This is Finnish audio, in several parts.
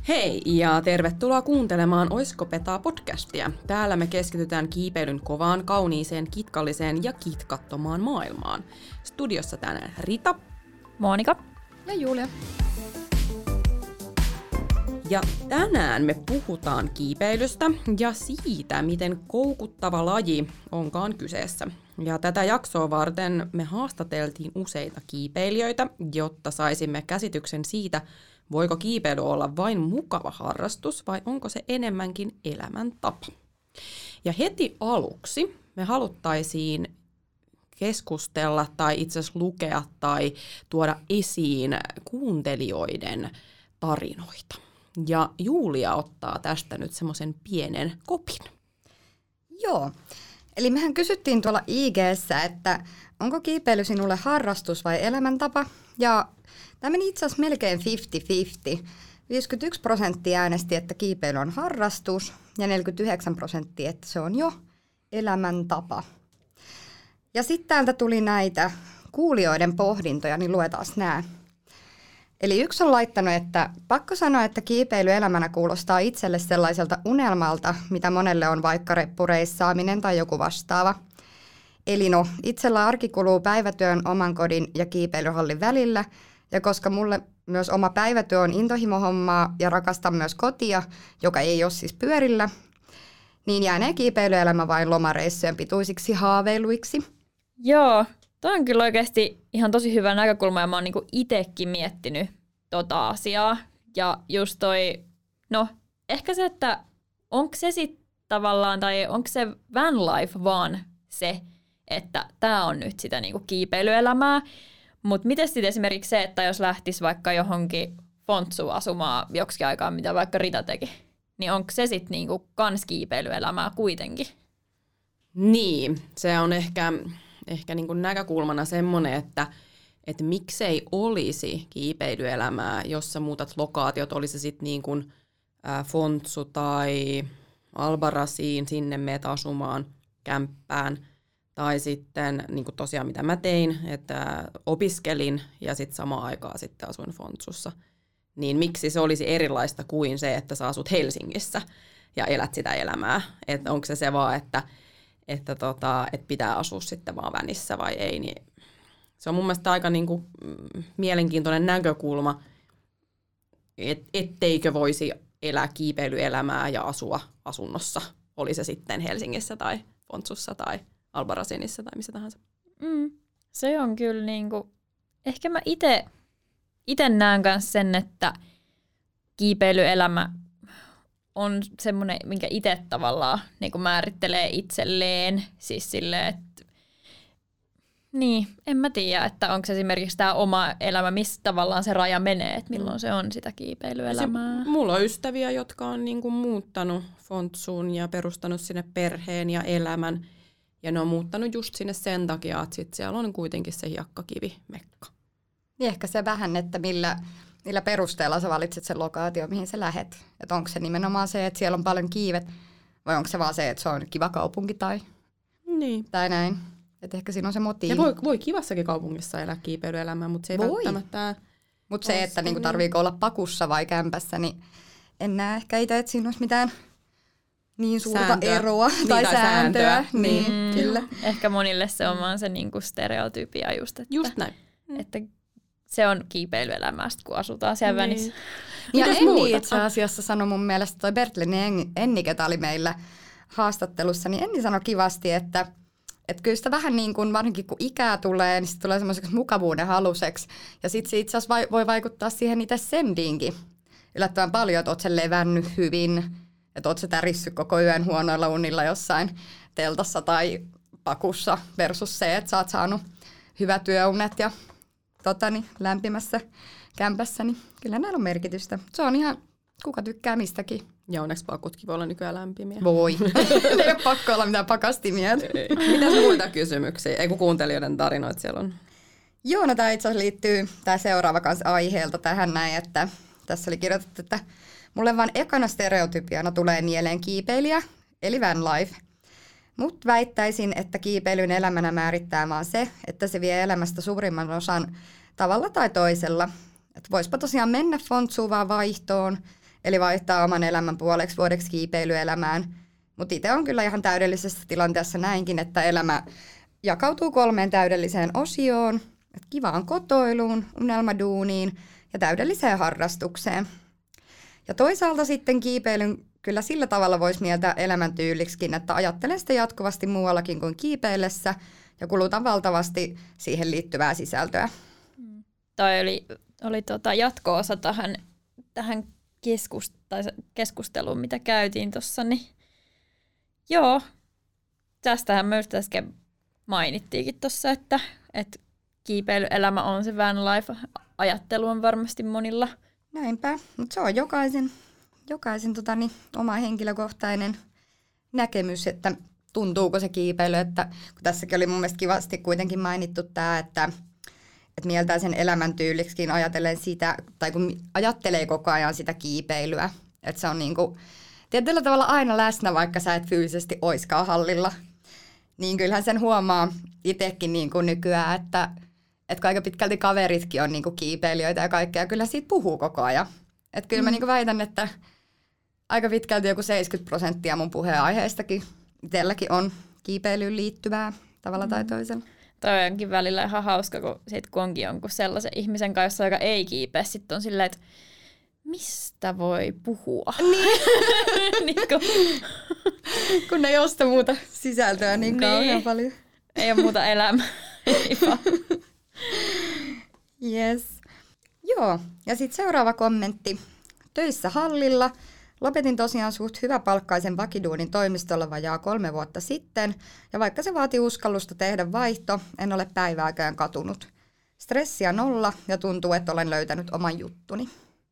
Hei ja tervetuloa kuuntelemaan Oisko Petaa podcastia. Täällä me keskitytään kiipeilyn kovaan, kauniiseen, kitkalliseen ja kitkattomaan maailmaan. Studiossa tänään Rita, Monika ja Julia. Ja tänään me puhutaan kiipeilystä ja siitä, miten koukuttava laji onkaan kyseessä. Ja tätä jaksoa varten me haastateltiin useita kiipeilijöitä, jotta saisimme käsityksen siitä, voiko kiipeily olla vain mukava harrastus vai onko se enemmänkin elämäntapa. Ja heti aluksi me haluttaisiin keskustella tai itse asiassa lukea tai tuoda esiin kuuntelijoiden tarinoita. Ja Julia ottaa tästä nyt semmoisen pienen kopin. Joo, eli mehän kysyttiin tuolla IG:ssä, että onko kiipeily sinulle harrastus vai elämäntapa? Ja tämä meni itse asiassa melkein 50-50. 51% äänesti, että kiipeily on harrastus ja 49%, että se on jo elämäntapa. Ja sitten täältä tuli näitä kuulijoiden pohdintoja, niin luetaan nämä. Eli yksi on laittanut, että pakko sanoa, että kiipeily elämänä kuulostaa itselle sellaiselta unelmalta, mitä monelle on vaikka reppureissaaminen tai joku vastaava. Eli no, itsellä arki kuluu päivätyön, oman kodin ja kiipeilyhallin välillä, ja koska mulle myös oma päivätyö on intohimohommaa ja rakastan myös kotia, joka ei ole siis pyörillä, niin jäänee kiipeilyelämä vain lomareissujen pituisiksi haaveiluiksi. Joo, toi on kyllä oikeasti ihan tosi hyvä näkökulma ja mä oon niinku itekin miettinyt tota asiaa. Ja just toi, no ehkä se, että onko se sitten tavallaan, tai onko se van life vaan se, että tää on nyt sitä niinku kiipeilyelämää. Mutta miten sitten esimerkiksi se, että jos lähtisi vaikka johonkin Fontsuun asumaan joksikin aikaa, mitä vaikka Rita teki, niin onko se sitten niinku kans kiipeilyelämää kuitenkin? Niin, se on ehkä niin kuin näkökulmana semmoinen, että miksei olisi kiipeilyelämää, jos sä muutat lokaatiot, olisi se sitten niin kuin Fontsu tai Albarrasiin, sinne meet asumaan kämppään. Tai sitten niin kuin tosiaan mitä mä tein, että opiskelin ja sitten samaan aikaan sitten asuin Fontsussa. Niin miksi se olisi erilaista kuin se, että sä asut Helsingissä ja elät sitä elämää? Että onko se vaan, että pitää asua sitten vaan vänissä vai ei, niin se on mun mielestä aika niin kuin mielenkiintoinen näkökulma, etteikö voisi elää kiipeilyelämää ja asua asunnossa, oli se sitten Helsingissä tai Fontsussa tai Albarrasinissa tai missä tahansa. Se on kyllä niinku, ehkä mä ite näen myös sen, että kiipeilyelämä on semmoinen, minkä itse tavallaan niin kuin määrittelee itselleen. Siis silleen, että niin, en mä tiedä, että onko se esimerkiksi tämä oma elämä, missä tavallaan se raja menee, että milloin se on sitä kiipeilyelämää. Mulla on ystäviä, jotka on niin kuin muuttanut Fontsuun ja perustanut sinne perheen ja elämän. Ja ne on muuttanut just sinne sen takia, että sit siellä on kuitenkin se hiekkakivi-mekka. Niin ehkä se vähän, että millä perusteella sä valitset sen lokaatio, mihin sä lähet. Että onko se nimenomaan se, että siellä on paljon kiivet, vai onko se vaan se, että se on kiva kaupunki tai näin. Että ehkä siinä on se motiivi. Ja voi kivassakin kaupungissa elää kiipeilyelämää, mutta se ei välttämättä. Mutta se, että niinku tarviiko olla pakussa vai kämpässä, niin en näe ehkä itse, että siinä olisi mitään niin suurta eroa tai sääntöä. Niin, kyllä. Ehkä monille se on vaan se niinku stereotypia just, että, just näin. Että se on kiipeilyelämää, kun asutaan siellä vänissä. Ja Enni itse asiassa sanoi mun mielestä, toi Bertlin Enni, ketä oli meillä haastattelussa, niin Enni sanoi kivasti, että kyllä sitä vähän niin kuin, varsinkin kun ikää tulee, niin se tulee semmoiseksi mukavuuden haluseksi. Ja sitten se itse asiassa voi vaikuttaa siihen itse sendiinkin yllättävän paljon, että oot sen levännyt hyvin, että oot sä tärissyt koko yön huonoilla unilla jossain teltassa tai pakussa versus se, että sä oot saanut hyvät työunet ja lämpimässä kämpässä, niin kyllä näillä on merkitystä. Se on ihan, kuka tykkää mistäkin. Ja onneksi pakutkin voi olla nykyään lämpimiä. Voi. Ei ole pakko olla mitään pakastimia. Mitäs muita kysymyksiä? Ei kun kuuntelijoiden tarinoita siellä on. Joo, no tämä itse asiassa liittyy tämä seuraava kanssa aiheelta tähän näin, että tässä oli kirjoitettu, että mulle vaan ekana stereotypiana tulee mieleen kiipeilijä, eli van life. Mutta väittäisin, että kiipeilyn elämänä määrittää vaan se, että se vie elämästä suurimman osan tavalla tai toisella. Että voispa tosiaan mennä Fontsuun vaan vaihtoon, eli vaihtaa oman elämän puoleksi vuodeksi kiipeilyelämään. Mutta itse on kyllä ihan täydellisessä tilanteessa näinkin, että elämä jakautuu 3 täydelliseen osioon. Et kivaan kotoiluun, unelmaduuniin ja täydelliseen harrastukseen. Ja toisaalta sitten kiipeilyn kyllä sillä tavalla voisi mieltää elämäntyyliksikin, että ajattelen sitä jatkuvasti muuallakin kuin kiipeillessä ja kulutan valtavasti siihen liittyvää sisältöä. Toi oli jatko-osa tähän keskusteluun, mitä käytiin tuossa. Niin joo, tästähän myös äsken mainittiinkin tuossa, että kiipeilyelämä on se van life-ajattelu on varmasti monilla. Näinpä, mutta se on jokaisen oma henkilökohtainen näkemys, että tuntuuko se kiipeily, että kun tässäkin oli mun mielestä kivasti kuitenkin mainittu tämä, että mieltää sen elämäntyyliksikin ajatellen sitä, tai kun ajattelee koko ajan sitä kiipeilyä, että se on niinku tietyllä tavalla aina läsnä, vaikka sä et fyysisesti oiskaan hallilla, niin kyllähän sen huomaa itsekin niinku nykyään, että aika pitkälti kaveritkin on niinku kiipeilijöitä ja kaikkea, kyllä siitä puhuu koko ajan. Että kyllä mä niinku väitän, että aika pitkälti joku 70% mun puheenaiheistakin itselläkin on kiipeilyyn liittyvää tavalla tai toisella. Toi onkin välillä ihan hauska, kun onkin jonkun sellaisen ihmisen kanssa, joka ei kiipeä. Sitten on silleen, että mistä voi puhua? Niin. Kun ei osta muuta sisältöä niin kauhean paljon. Ei ole muuta elämää. Yes. Joo, ja sitten seuraava kommentti. Töissä hallilla. Lopetin tosiaan suht hyväpalkkaisen vakiduunin toimistolla vajaa 3 vuotta sitten, ja vaikka se vaati uskallusta tehdä vaihto, en ole päivääkään katunut. Stressiä 0 ja tuntuu, että olen löytänyt oman juttuni.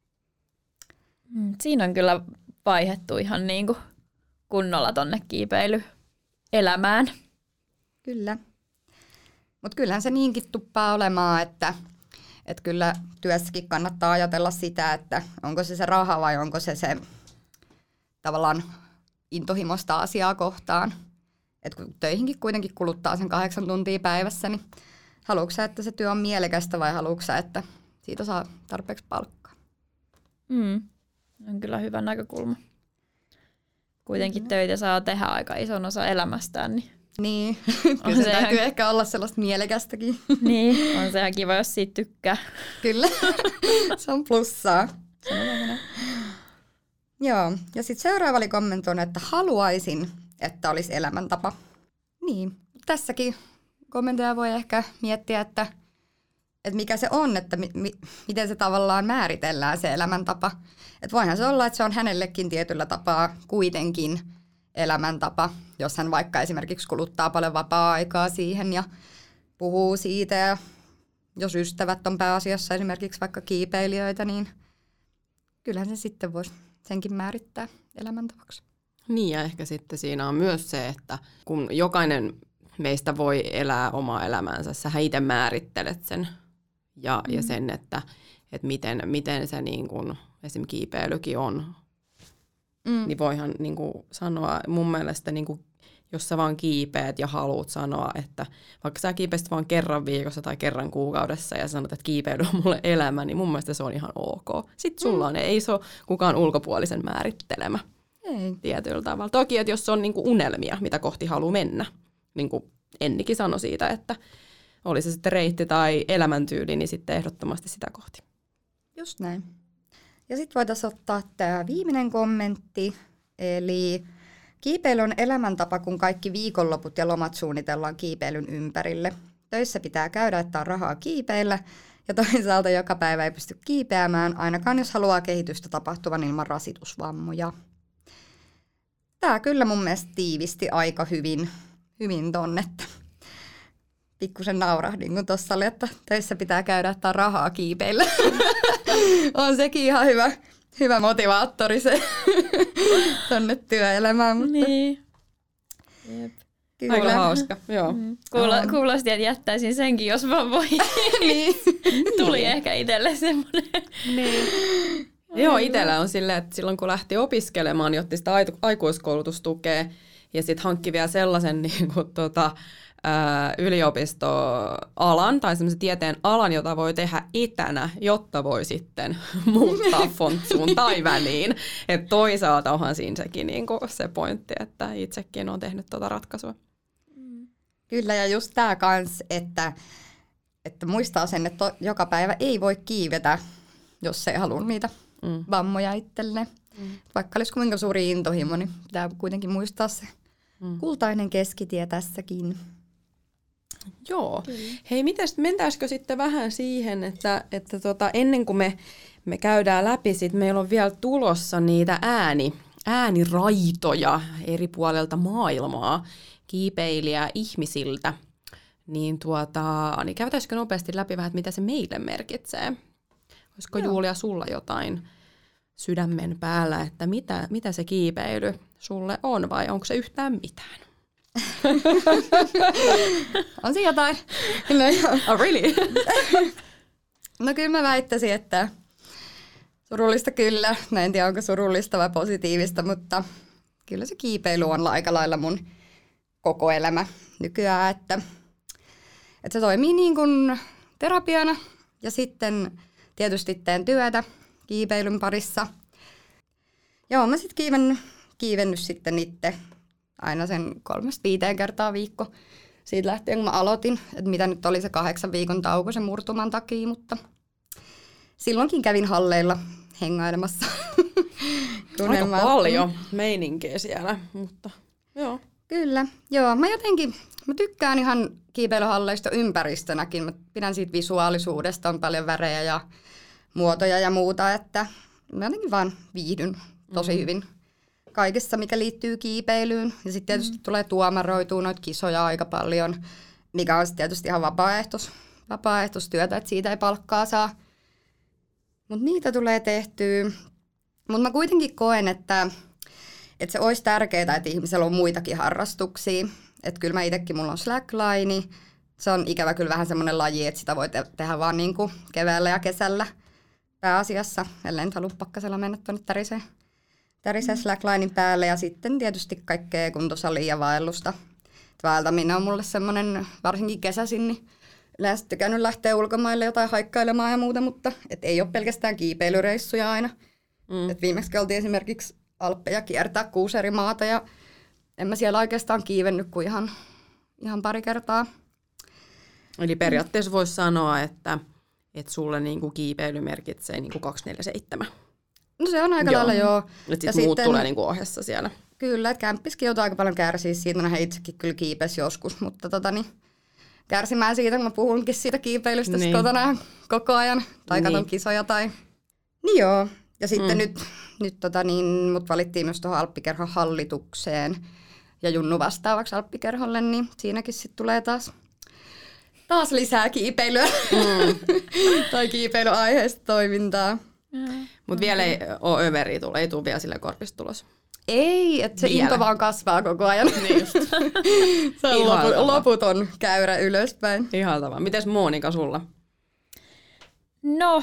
Siinä on kyllä vaihdettu ihan niin kuin kunnolla tonne kiipeilyelämään. Kyllä. Mutta kyllähän se niinkin tuppaa olemaan, että kyllä työssäkin kannattaa ajatella sitä, että onko se raha vai onko se tavallaan intohimosta asiaa kohtaan. Et kun töihinkin kuitenkin kuluttaa sen 8 tuntia päivässä, niin haluatko sä, että se työ on mielekästä vai haluatko sä, että siitä saa tarpeeksi palkkaa? On kyllä hyvä näkökulma. Kuitenkin töitä saa tehdä aika ison osa elämästään. Niin, kyllä se täytyy ehkä olla sellaista mielekästäkin. Niin, on se ihan kiva, jos siitä tykkää. Kyllä, se on plussaa. Joo, ja sitten seuraava oli kommentoinut, että haluaisin, että olisi elämäntapa. Niin, tässäkin kommentoija voi ehkä miettiä, että mikä se on, että miten se tavallaan määritellään se elämäntapa. Että voihan se olla, että se on hänellekin tietyllä tapaa kuitenkin elämäntapa, jos hän vaikka esimerkiksi kuluttaa paljon vapaa-aikaa siihen ja puhuu siitä. Ja jos ystävät on pääasiassa esimerkiksi vaikka kiipeilijöitä, niin kyllähän se sitten voisi senkin määrittää elämäntavaksi. Niin, ja ehkä sitten siinä on myös se, että kun jokainen meistä voi elää omaa elämäänsä, sähän itse määrittelet sen ja sen, että miten se niin kuin, esimerkiksi kiipeilykin on. Niin voihan niin kuin sanoa, mun mielestä niin kuin, jos sä vaan kiipeät ja haluat sanoa, että vaikka sä kiipeisit vaan kerran viikossa tai kerran kuukaudessa ja sanot, että kiipeily on mulle elämä, niin mun mielestä se on ihan ok. Sitten sulla on, ei se ole kukaan ulkopuolisen määrittelemä tietyllä tavalla. Toki, että jos on niin kuin unelmia, mitä kohti haluaa mennä, niin kuin Ennikin sanoi siitä, että oli se sitten reitti tai elämäntyyli, niin sitten ehdottomasti sitä kohti. Just näin. Ja sitten voitaisiin ottaa tämä viimeinen kommentti, eli kiipeily on elämäntapa, kun kaikki viikonloput ja lomat suunnitellaan kiipeilyn ympärille. Töissä pitää käydä, että on rahaa kiipeillä, ja toisaalta joka päivä ei pysty kiipeämään, ainakaan jos haluaa kehitystä tapahtuvan ilman rasitusvammoja. Tämä kyllä mun mielestä tiivisti aika hyvin tonne. Pikkusen naurahdin, kun tuossa oli, että töissä pitää käydä, että on rahaa kiipeillä. On sekin ihan hyvä motivaattori se tonne työelämään. Mutta niin. Jep. Aika hauska, joo. Kuulosti, että jättäisin senkin, jos vaan voi. Niin. Tuli ehkä itselle semmoinen. Niin. Joo, itsellä on silleen, että silloin kun lähti opiskelemaan, niin otti sitä aikuiskoulutustukea ja sitten hankki vielä sellaisen niin kuin, yliopistoalan tai semmoisen tieteen alan, jota voi tehdä etänä, jotta voi sitten muuttaa fontsuun tai väliin. Et toisaalta onhan siinä sekin niinku se pointti, että itsekin on tehnyt tuota ratkaisua. Kyllä, ja just tämä kans, että muistaa sen, että joka päivä ei voi kiivetä, jos ei halua niitä vammoja itselleen. Vaikka olisi kuinka suuri intohimo, niin pitää kuitenkin muistaa se kultainen keskitie tässäkin. Joo. Hei, mentäisikö sitten vähän siihen, että ennen kuin me käydään läpi, meillä on vielä tulossa niitä ääniraitoja eri puolelta maailmaa, kiipeilijää ihmisiltä, niin käytäisikö nopeasti läpi vähän, että mitä se meille merkitsee? Olisiko Julia sulla jotain sydämen päällä, että mitä se kiipeily sulle on vai onko se yhtään mitään? On siinä jotain. Oh, really? No kyllä mä väittäisin, että surullista kyllä. Mä en tiedä, onko surullista vai positiivista, mutta kyllä se kiipeily on aika lailla mun koko elämä nykyään. Että se toimii niin kuin terapiana ja sitten tietysti teen työtä kiipeilyn parissa. Joo, mä sitten kiivennyt sitten itse aina sen 3-5 kertaa viikko. Siitä lähtien, kun mä aloitin, että mitä nyt oli se 8 viikon tauko sen murtuman takia, mutta silloinkin kävin halleilla hengailemassa. Aika paljon meininkiä siellä, mutta joo. Kyllä, joo. Mä tykkään ihan kiipeilyhalleista ympäristönäkin. Mä pidän siitä visuaalisuudesta, on paljon värejä ja muotoja ja muuta, että mä jotenkin vaan viihdyn tosi hyvin kaikessa, mikä liittyy kiipeilyyn. Ja sitten tietysti tulee tuomaroitua noita kisoja aika paljon, mikä on tietysti ihan vapaaehtoistyötä, että siitä ei palkkaa saa. Mutta niitä tulee tehtyä. Mutta mä kuitenkin koen, että se olisi tärkeää, että ihmisellä on muitakin harrastuksia. Että kyllä mä itsekin, mulla on slackline. Se on ikävä kyllä vähän semmoinen laji, että sitä voi tehdä vaan niin kuin keväällä ja kesällä pääasiassa, ellei nyt halua pakkasella mennä tuonne täriseen slacklinin päälle. Ja sitten tietysti kaikkea kuntosalia ja vaellusta. Vaeltaminen on mulle semmoinen, varsinkin kesäisin, niin yleensä tykännyt lähteä ulkomaille jotain haikkailemaan ja muuta, mutta ei ole pelkästään kiipeilyreissuja aina. Et viimeksi oltiin esimerkiksi Alppeja kiertää 6 eri maata ja en mä siellä oikeastaan kiivennyt kuin ihan pari kertaa. Eli periaatteessa voisi sanoa, että sulle niinku kiipeily merkitsee niinku 24/7. No se on aika lailla joo. Että muut tulee niinku ohessa siellä. Kyllä, että kämppiskin joutuu aika paljon kärsiä siitä. No itsekin kyllä kiipesi joskus, mutta kärsimään siitä, kun mä puhunkin siitä kiipeilystä niin kotona koko ajan. Tai katon kisoja tai... Niin joo. Ja sitten nyt mut valittiin myös tuohon Alppikerhon hallitukseen ja Junnu vastaavaksi Alppikerholle, niin siinäkin sitten tulee taas lisää kiipeilyä tai kiipeilyaiheista toimintaa. Mutta vielä ei ole överi ei tule vielä sille korpista tulos. Ei, että se into vaan kasvaa koko ajan. Niin just. Se on loputon käyrä ylöspäin. Ihaltavaa. Mites Monika sulla? No,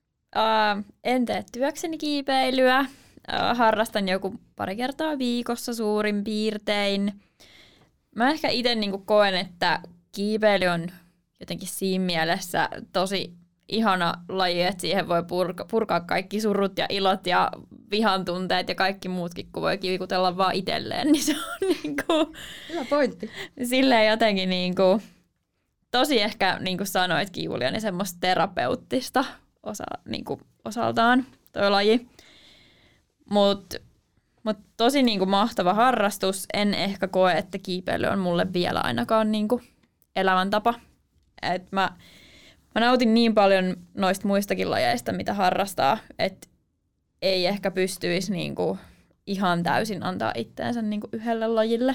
en tee työkseni kiipeilyä. Harrastan joku pari kertaa viikossa suurin piirtein. Mä ehkä itse niinku koen, että kiipeily on jotenkin siinä mielessä tosi ihana laji, että siihen voi purkaa kaikki surut ja ilot ja vihan tunteet ja kaikki muutkin, kun voi kivikutella vaan itselleen, niin se on niinku... Hyvä pointti. Silleen jotenkin niinku, tosi ehkä, niin kuin sanoitkin Julia, niin semmoista terapeuttista osaltaan toi laji. Mut tosi niinku mahtava harrastus. En ehkä koe, että kiipeily on mulle vielä ainakaan niinku elämäntapa. Et mä nautin niin paljon noista muistakin lajeista, mitä harrastaa, että ei ehkä pystyisi niinku ihan täysin antaa itteensä niinku yhdelle lajille.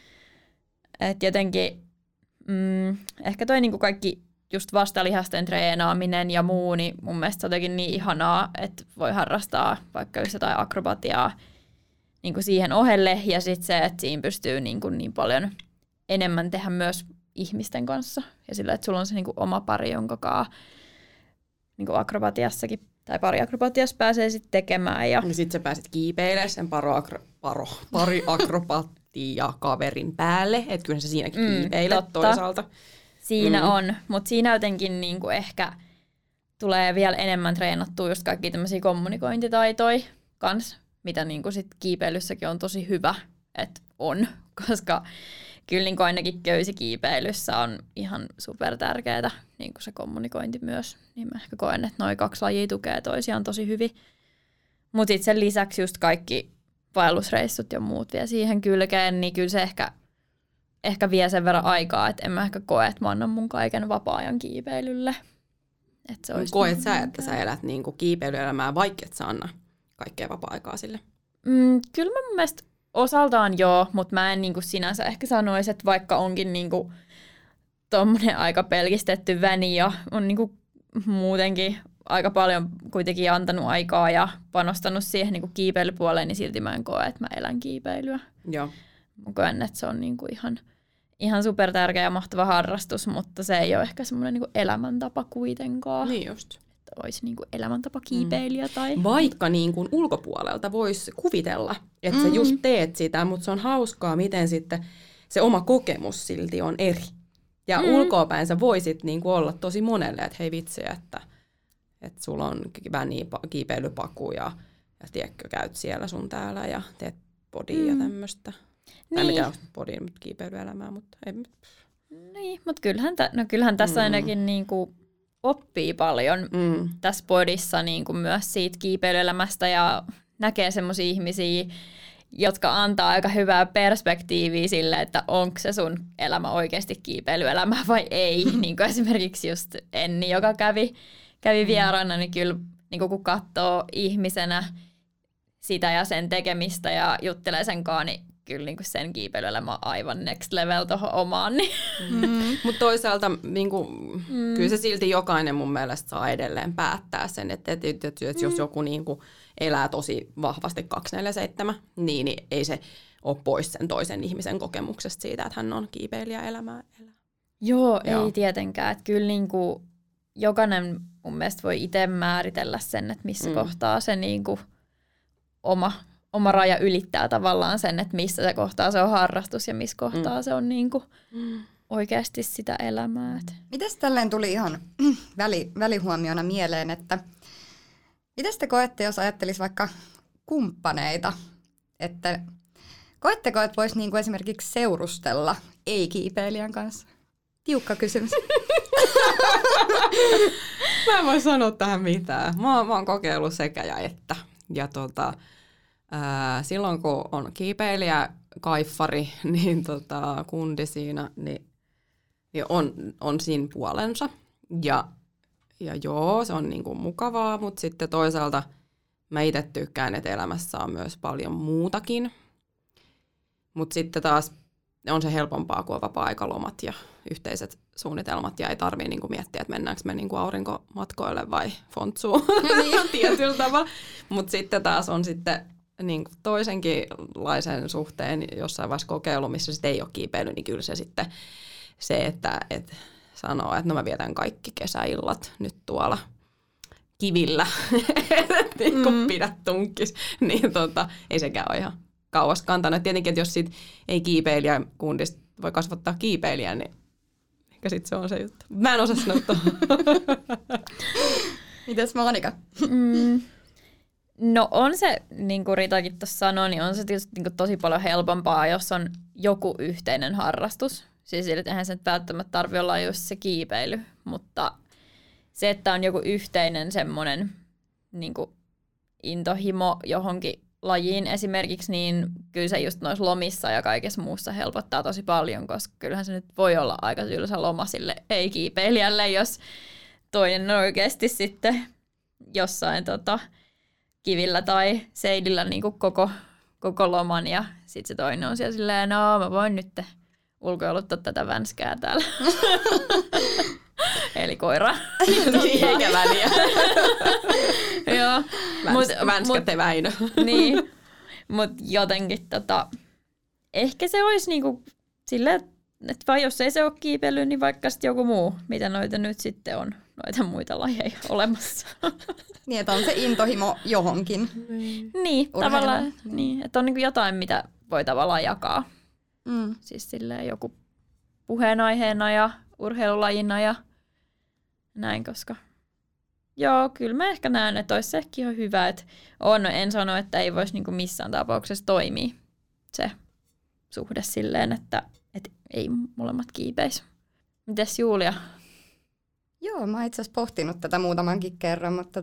Et jotenkin ehkä toi niinku kaikki just vastalihasten treenaaminen ja muu, niin mun mielestä se on jotenkin niin ihanaa, että voi harrastaa vaikka just jotain akrobatiaa niinku siihen ohelle. Ja sitten se, että siinä pystyy niin paljon enemmän tehdä myös ihmisten kanssa. Ja sillä, että sulla on se niinku oma pari, jonka kanssa niinku akrobatiassakin tai pariakrobatiassa pääsee sitten tekemään. Ja sitten sä pääsit kiipeilemään sen pariakrobaattia ja kaverin päälle, että kyllä se siinäkin kiipeilet toisaalta. Siinä on, mutta siinä jotenkin niinku ehkä tulee vielä enemmän treenattua just kaikkia tämmöisiä kommunikointitaitoja kans, mitä niinku sit kiipeilyssäkin on tosi hyvä, että on, koska kyllä niinku ainakin köysikiipeilyssä on ihan super tärkeää niinku se kommunikointi myös, niin mä ehkä koen, että noi 2 lajia tukee toisiaan tosi hyvin. Mutta sitten sen lisäksi just kaikki vaellusreissut ja muut vie siihen kylkeen, niin kyllä se ehkä vie sen verran aikaa, että en mä ehkä koe, että mä annan mun kaiken vapaa-ajan kiipeilylle. Koet sä, että sä elät niinku kiipeilyelämää, vaikka et sä anna kaikkea vapaa-aikaa sille? Kyllä mä mun mielestä osaltaan joo, mutta mä en niinku sinänsä ehkä sanoisi, että vaikka onkin niinku tommonen aika pelkistetty väni ja on niinku muutenkin aika paljon kuitenkin antanut aikaa ja panostanut siihen niinku kiipeilypuoleen, niin silti mä en koe, että mä elän kiipeilyä. Joo. Mä koen, että se on niinku ihan super tärkeä ja mahtava harrastus, mutta se ei ole ehkä semmoinen niinku elämäntapa kuitenkaan. Niin just. Että olisi niinku elämäntapa kiipeilijä tai... Vaikka niinku ulkopuolelta voisi kuvitella, että sä just teet sitä, mutta se on hauskaa, miten sitten se oma kokemus silti on eri. Ja ulkoapäin sä voisit niinku olla tosi monelle, että hei vitsi, että sulla on kiipeilypaku ja tiedätkö, käyt siellä sun täällä ja teet bodia ja tämmöistä. Tai mikä on bodin kiipeilyelämää, mutta ei. Niin, mutta kyllähän tässä ainakin niinku oppii paljon tässä podissa niinku myös siitä kiipeilyelämästä ja näkee semmoisia ihmisiä, jotka antaa aika hyvää perspektiiviä sille, että onko se sun elämä oikeasti kiipeilyelämä vai ei. Niin kuin esimerkiksi just Enni, joka kävi vieraana, niin kyllä niin kun katsoo ihmisenä sitä ja sen tekemistä ja juttelee sen kanssa, niin kyllä niin sen kiipeilyelämä on aivan next level tuohon omaan. Niin. Mutta toisaalta niin kyllä se silti jokainen mun mielestä saa edelleen päättää sen, että jos joku niin elää tosi vahvasti 247, niin ei se ole pois sen toisen ihmisen kokemuksesta siitä, että hän on kiipeilijä elämää elää. Joo, ei tietenkään. Että kyllä niin kuin jokainen mun mielestä voi itse määritellä sen, että missä kohtaa se niin kuin oma raja ylittää tavallaan sen, että missä se kohtaa se on harrastus ja missä kohtaa se on niin kuin oikeasti sitä elämää. Mites tälleen tuli ihan välihuomiona mieleen, että mitäs te koette, jos ajattelisi vaikka kumppaneita, että koetteko, että voisi niinku esimerkiksi seurustella ei-kiipeilijän kanssa? Tiukka kysymys. Mä en voi sanoa tähän mitään. Mä oon kokeillut sekä ja että. Ja silloin kun on kiipeilijä, kaiffari, niin kundi siinä, niin on siinä puolensa. Ja joo, se on niinku mukavaa, mutta sitten toisaalta mä itse tykkään, että elämässä on myös paljon muutakin. Mutta sitten taas on se helpompaa, kun on vapaa-aikalomat ja yhteiset suunnitelmat ja ei tarvitse niinku miettiä, että mennäänkö me niinku aurinkomatkoille vai fontsuun tietyllä tavalla. Mutta sitten taas on sitten niinku toisenkinlaisen suhteen jossain vaiheessa kokeilu, missä sitten ei ole kiipeily, niin kyllä se sitten se, että sanoo, että no mä vietän kaikki kesäillat nyt tuolla kivillä, niin kun pidät tunkkis, niin ei sekään ole ihan kauas kantanut. Tietenkin, että jos sit ei kiipeilijä kundista voi kasvattaa kiipeilijän, niin ehkä sit se on se juttu. Mä en osaa sanoa tuohon. Mites Monika? No on se, niin kuin Ritakin tuossa sanoi, niin on se tietysti niin kuin tosi paljon helpompaa, jos on joku yhteinen harrastus. Siis eihän se välttämättä tarvitse olla just se kiipeily, mutta se, että on joku yhteinen semmoinen niin kuin intohimo johonkin lajiin esimerkiksi, niin kyllä se just noissa lomissa ja kaikessa muussa helpottaa tosi paljon, koska kyllähän se nyt voi olla aika tylsä loma sille ei-kiipeilijälle, jos toinen on oikeasti sitten jossain kivillä tai seidillä niin kuin koko loman ja sitten se toinen on siellä silleen, no mä voin nyt ulkoiluttaa tätä vänskää täällä. Eli koira. Niin, eikä väliä. Joo. Vänskät ei Väinö. Niin, mutta jotenkin ehkä se olisi niinku silleen, että vai jos ei se ole kiipeily, niin vaikka sitten joku muu, mitä noita nyt sitten on, noita muita lajeja olemassa. Niin, että on se intohimo johonkin. Niin, tavallaan, niin, että on niinku jotain, mitä voi tavallaan jakaa. Siis silleen joku puheenaiheena ja urheilulajina ja näin, koska joo, kyllä mä ehkä näen, että olisi ehkä ihan hyvä, että en sano, että ei voisi niinku missään tapauksessa toimia se suhde silleen, että ei molemmat kiipeisi. Mites Julia? Joo, mä oon itse asiassa pohtinut tätä muutamankin kerran, mutta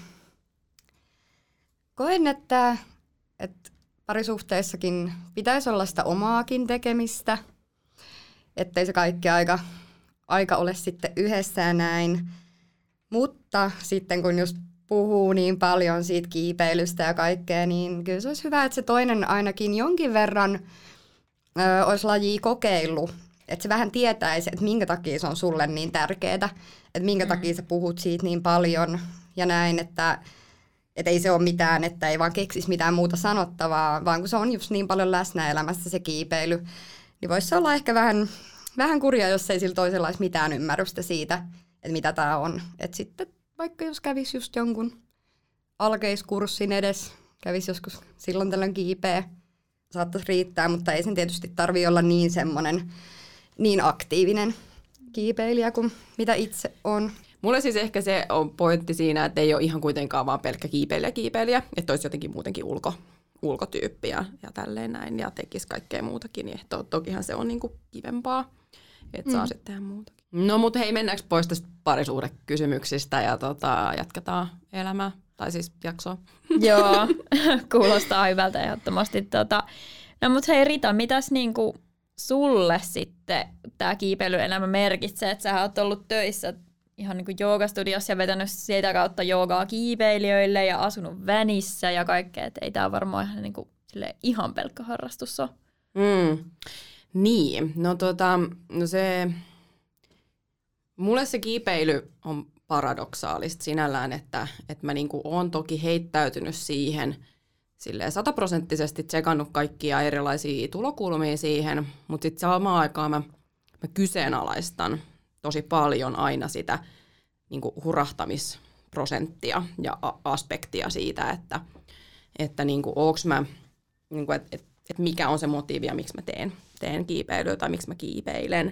koen, että parisuhteissakin pitäisi olla sitä omaakin tekemistä, ettei se kaikki aika ole sitten yhdessä ja näin. Mutta sitten kun just puhuu niin paljon siitä kiipeilystä ja kaikkea, niin kyllä se olisi hyvä, että se toinen ainakin jonkin verran olisi lajia kokeillut. Että se vähän tietäisi, että minkä takia se on sulle niin tärkeää, että minkä takia sä puhut siitä niin paljon ja näin, että ei se ole mitään, että ei vaan keksisi mitään muuta sanottavaa, vaan kun se on just niin paljon läsnä elämässä se kiipeily, niin voisi olla ehkä vähän kurja, jos ei sillä toisella olisi mitään ymmärrystä siitä, että mitä tämä on. Että sitten vaikka jos kävisi just jonkun alkeiskurssin edes, kävisi joskus silloin tällöin kiipeä, saattaisi riittää, mutta ei sen tietysti tarvitse olla niin semmoinen, niin aktiivinen kiipeilijä kuin mitä itse on. Mulle siis ehkä se on pointti siinä, että ei ole ihan kuitenkaan vaan pelkkä kiipeilijä, että olisi jotenkin muutenkin ulkotyyppiä ja tälleen näin ja tekisi kaikkea muutakin, niin tokihan se on niinku kivempaa, että saa sitten tehdä muutakin. No mutta hei, mennäänkö pois tästä parisuhdekysymyksistä ja jatketaan elämää, tai siis jaksoa? Joo, kuulostaa hyvältä ehdottomasti. No mutta hei Rita, mitäs niinku sulle sitten tämä kiipeilyelämä merkitsee, että sä oot ollut töissä ihan niin kuin joogastudiossa ja vetänyt siitä kautta joogaa kiipeilijöille ja asunut vänissä ja kaikkea, että ei tämä varmaan ihan, niin kuin, ihan pelkkä harrastus ole. Niin, no se, mulle se kiipeily on paradoksaalista sinällään, että mä niin kuin oon toki heittäytynyt siihen 100% tsekannut kaikkia erilaisia tulokulmia siihen, mutta sitten samaan aikaan mä kyseenalaistan tosi paljon aina sitä niin kuin hurahtamisprosenttia ja aspektia siitä, että niin kuin, onko mä, niin kuin, että mikä on se motiivi ja miksi mä teen kiipeilyä tai miksi mä kiipeilen.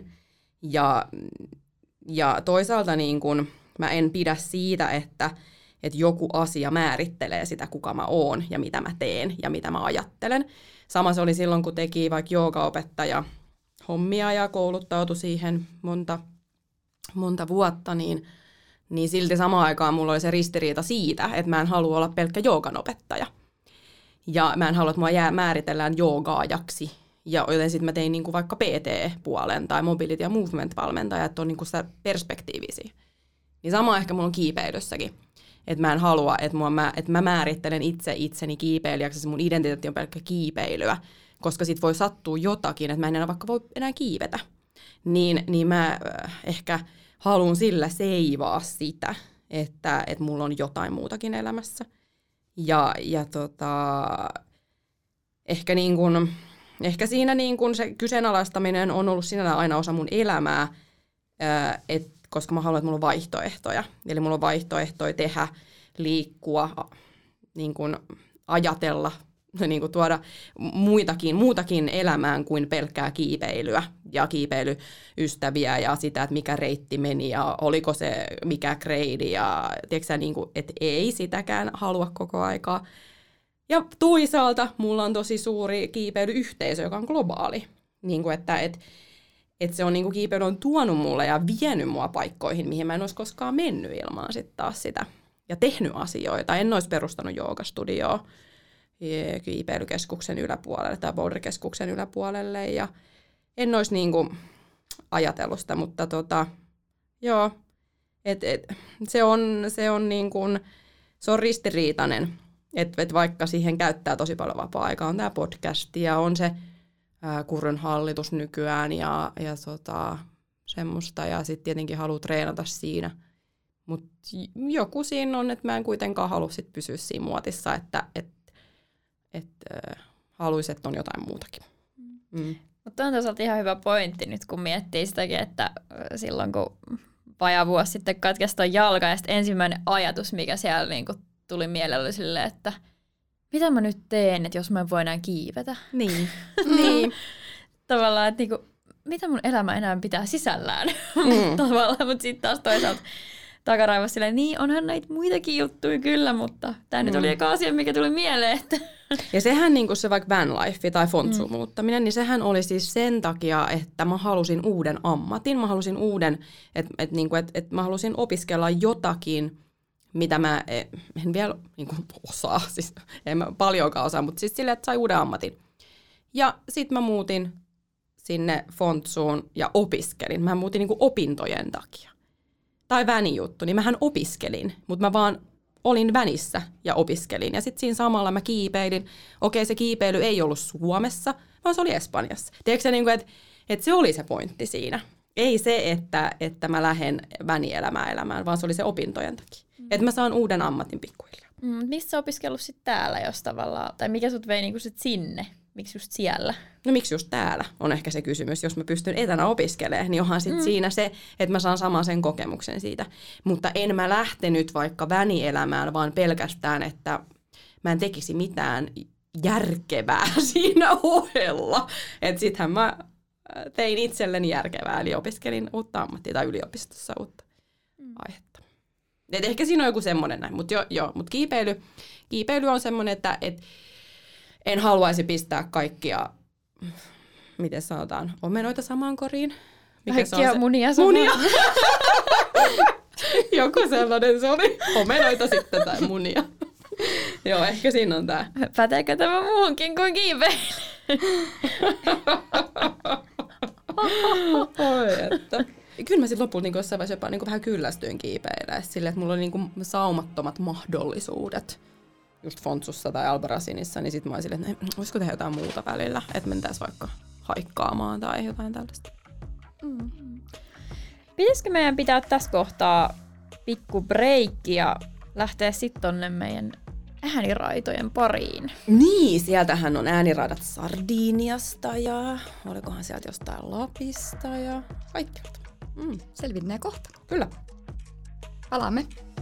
Ja toisaalta niin kuin, mä en pidä siitä, että joku asia määrittelee sitä, kuka mä oon ja mitä mä teen ja mitä mä ajattelen. Sama se oli silloin, kun teki vaikka joogaopettaja hommia ja kouluttautui siihen monta vuotta, niin silti samaan aikaan mulla oli se ristiriita siitä, että mä en halua olla pelkkä jooganopettaja. Ja mä en halua, että mua määritellään joogaajaksi. Ja joten sitten mä tein niinku vaikka PT-puolen tai mobility- ja movement-valmentaja, että on niinku sitä perspektiivisiä. Niin sama ehkä mulla on kiipeilyssäkin. Että mä en halua, että mä määrittelen itseni kiipeilijäksi, se mun identiteetti on pelkkä kiipeilyä, koska sit voi sattua jotakin, että mä en enää vaikka voi enää kiivetä. Niin mä ehkä haluan sillä seivaa sitä, että mulla on jotain muutakin elämässä. Ja ehkä siinä niin kun se kyseenalaistaminen on ollut sinällään aina osa mun elämää, koska mä haluan, että mulla on vaihtoehtoja. Eli mulla on vaihtoehtoja tehdä, liikkua, niin kun ajatella, niin kun tuoda muutakin elämään kuin pelkkää kiipeilyä ja kiipeilyystäviä ja sitä, että mikä reitti meni ja oliko se mikä grade ja tiedätkö, niin kun, että ei sitäkään halua koko aikaa. Ja toisaalta mulla on tosi suuri kiipeilyyhteisö, joka on globaali. Niin kuin, että se on niin kuin kiipeily on tuonut mulle ja vienyt mua paikkoihin, mihin mä en olisi koskaan mennyt ilman sit taas sitä. Ja tehnyt asioita. En olisi perustanut joogastudioa kiipeilykeskuksen yläpuolelle tai boulderkeskuksen yläpuolelle. Ja en olisi niin kuin ajatellut sitä, mutta joo. Se on niin kuin, se on ristiriitainen. Että vaikka siihen käyttää tosi paljon vapaa-aikaa, on tämä podcast ja on se Kurryn hallitus nykyään ja semmoista. Ja sitten tietenkin haluaa treenata siinä. Mutta joku siinä on, että mä en kuitenkaan halua sit pysyä siinä muotissa, että haluaisin, että on jotain muutakin. Mutta on toisaalta ihan hyvä pointti nyt, kun miettii sitäkin, että silloin kun vajaa vuosi sitten katkesi toi jalka ja sitten ensimmäinen ajatus, mikä siellä niinku tuli mielelle silleen, että mitä mä nyt teen, että jos mä en voi enää kiivetä. Niin. Niin. tavallaan, että niinku, mitä mun elämä enää pitää sisällään tavallaan, mutta sitten taas toisaalta takaraivossa silleen, niin onhan näitä muitakin juttuja kyllä, mutta tämä nyt oli eka asia, mikä tuli mieleen. Että. Ja sehän niin kuin se vaikka vanlife tai fontsuun muuttaminen, niin sehän oli siis sen takia, että mä halusin uuden ammatin, mä halusin uuden, että mä halusin opiskella jotakin, mitä mä en vielä niin kuin osaa, siis en mä paljonkaan osaa, mutta siis silleen, että sai uuden ammatin. Ja sit mä muutin sinne fontsuun ja opiskelin. Mä muutin niin kuin opintojen takia. Tai vänijuttu, niin mähän opiskelin, mutta mä vaan olin vänissä ja opiskelin. Ja sitten siinä samalla mä kiipeilin. Okei, se kiipeily ei ollut Suomessa, vaan se oli Espanjassa. Tiedätkö se, niin että se oli se pointti siinä? Ei se, että mä lähden vänielämää elämään, vaan se oli se opintojen takia. Että mä saan uuden ammatin pikkuhiljaa. Missä sä opiskellut sitten täällä, jos tavallaan, tai mikä sut vei niinku sit sinne? Miksi just siellä? No miksi just täällä on ehkä se kysymys. Jos mä pystyn etänä opiskelemaan, niin onhan sitten siinä se, että mä saan saman sen kokemuksen siitä. Mutta en mä lähtenyt vaikka vänielämään, vaan pelkästään, että mä en tekisi mitään järkevää siinä ohella. Että sittenhän mä tein itselleni järkevää, eli opiskelin uutta ammattia tai yliopistossa uutta aihetta. Et ehkä siinä on joku semmoinen näin, mutta mut kiipeily on semmoinen, että en haluaisi pistää kaikkia, miten sanotaan, omenoita samaan koriin. Mikä kaikkia munia samaan. Munia. Joku sellainen se oli. Omenoita sitten tai munia. Joo, ehkä siinä on tää. Päteekö tämä muuhunkin kuin kiipeily? Oi, että. Kyllä mä sitten lopulta niin jossain vaiheessa jopa niin vähän kyllästyin kiipeilemään. Silleen, että mulla oli niin saumattomat mahdollisuudet. Just Fontsussa tai Albaracinissa, niin sitten mä olin silleen, että voisiko tehdä jotain muuta välillä, että mentäisiin vaikka haikkaamaan tai jotain tällaista. Pitäisikö meidän pitää tässä kohtaa pikku breikki ja lähteä sitten tonne meidän ääniraitojen pariin? Niin, sieltähän on ääniraidat Sardiniasta ja olikohan sieltä jostain Lapista ja kaikkialta. Selvinnee kohta. Kyllä. Palaamme.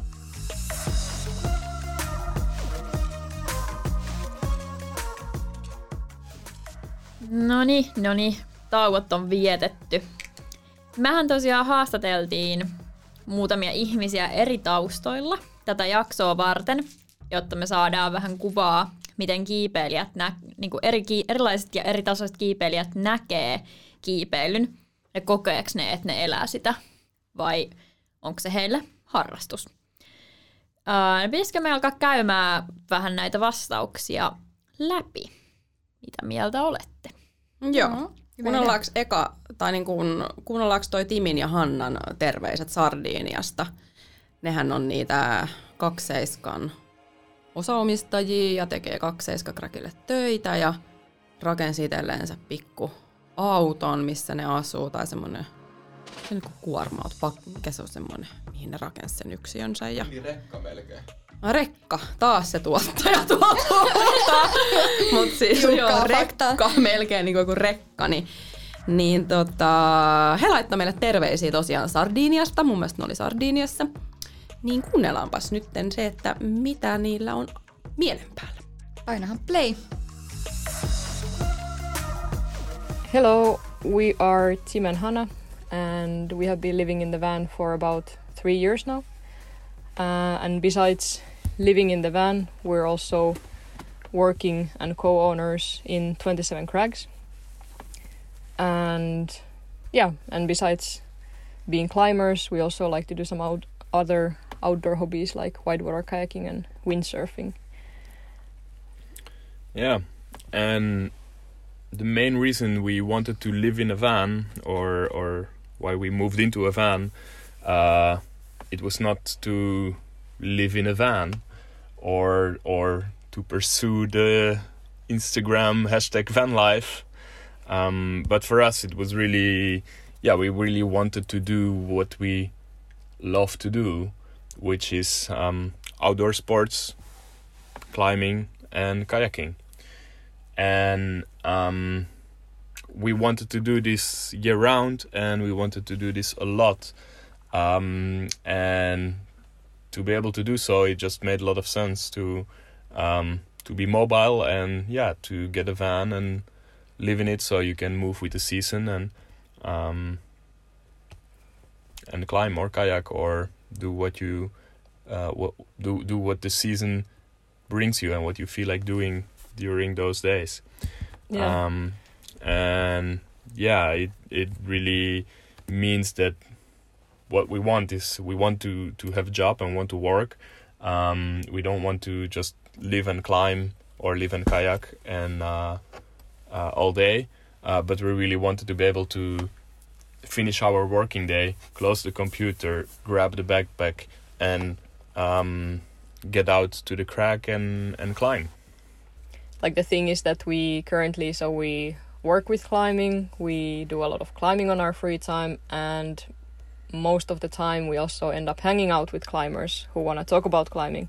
Noniin, tauot on vietetty. Mähän tosiaan haastateltiin muutamia ihmisiä eri taustoilla tätä jaksoa varten, jotta me saadaan vähän kuvaa, miten kiipeilijät, niinku erilaiset ja eri tasoiset kiipeilijät näkee kiipeilyn ja kokeeko ne, että ne elää sitä vai onko se heille harrastus. Pitäisikö me alkaa käymään vähän näitä vastauksia läpi? Mitä mieltä olette? Joo. Kuunnellaanko toi Timin ja Hannan terveiset Sardiniasta? Nehän on niitä 27 osaomistajia ja tekee 27-krakille töitä ja rakensi itselleensä pikku auton, missä ne asuu, tai semmoinen kuorma-auto, mikä se on semmoinen, mihin ne rakensi sen yksiönsä. Ja rekka melkein. Rekka, taas se tuottaja tuottaa. Mutta siis rekka, melkein niin kuin joku rekka. Niin he laittoi meille terveisiä tosiaan Sardiniasta, mun mielestä ne oli Sardiniassa. Niin kuunnellaanpas nytten se, että mitä niillä on mielen päällä. Ainahan play. Hello, we are Tim and Hannah and we have been living in the van for about 3 years now. And besides living in the van, we're also working and co-owners in 27 Crags. And besides being climbers, we also like to do some other outdoor hobbies like whitewater kayaking and windsurfing. Yeah, and the main reason we wanted to live in a van or why we moved into a van, it was not to live in a van or to pursue the Instagram #vanlife. But for us it was really, we really wanted to do what we love to do, which is outdoor sports, climbing and kayaking. And we wanted to do this year round, and we wanted to do this a lot. And to be able to do so, it just made a lot of sense to be mobile and to get a van and live in it, so you can move with the season and climb or kayak or do what you do what the season brings you and what you feel like doing during those days. Yeah. And yeah, it really means that what we want is we want to have a job and want to work. We don't want to just live and climb or live and kayak and all day, but we really wanted to be able to finish our working day, close the computer, grab the backpack, and get out to the crag and climb. Like the thing is that we work with climbing, we do a lot of climbing on our free time, and most of the time we also end up hanging out with climbers who want to talk about climbing.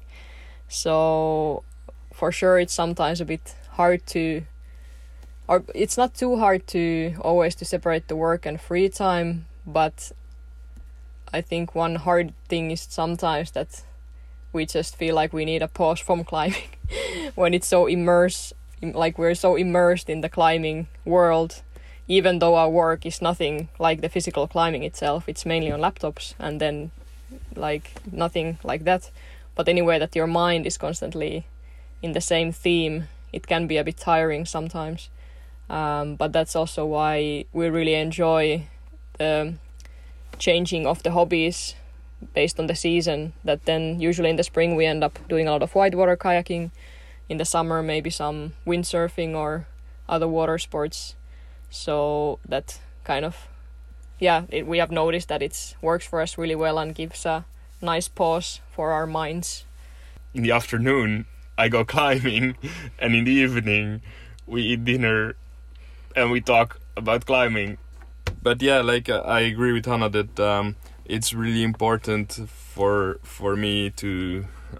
So for sure it's sometimes a bit hard to, or it's not too hard to always to separate the work and free time, but I think one hard thing is sometimes that we just feel like we need a pause from climbing when it's so we're so immersed in the climbing world, even though our work is nothing like the physical climbing itself. It's mainly on laptops and then like nothing like that. But anyway, that your mind is constantly in the same theme, it can be a bit tiring sometimes. But that's also why we really enjoy the changing of the hobbies based on the season, that then usually in the spring we end up doing a lot of whitewater kayaking, in the summer maybe some windsurfing or other water sports. So that kind of, we have noticed that it works for us really well and gives a nice pause for our minds. In the afternoon I go climbing and in the evening we eat dinner and we talk about climbing. But yeah, like I agree with Hanna that it's really important for me to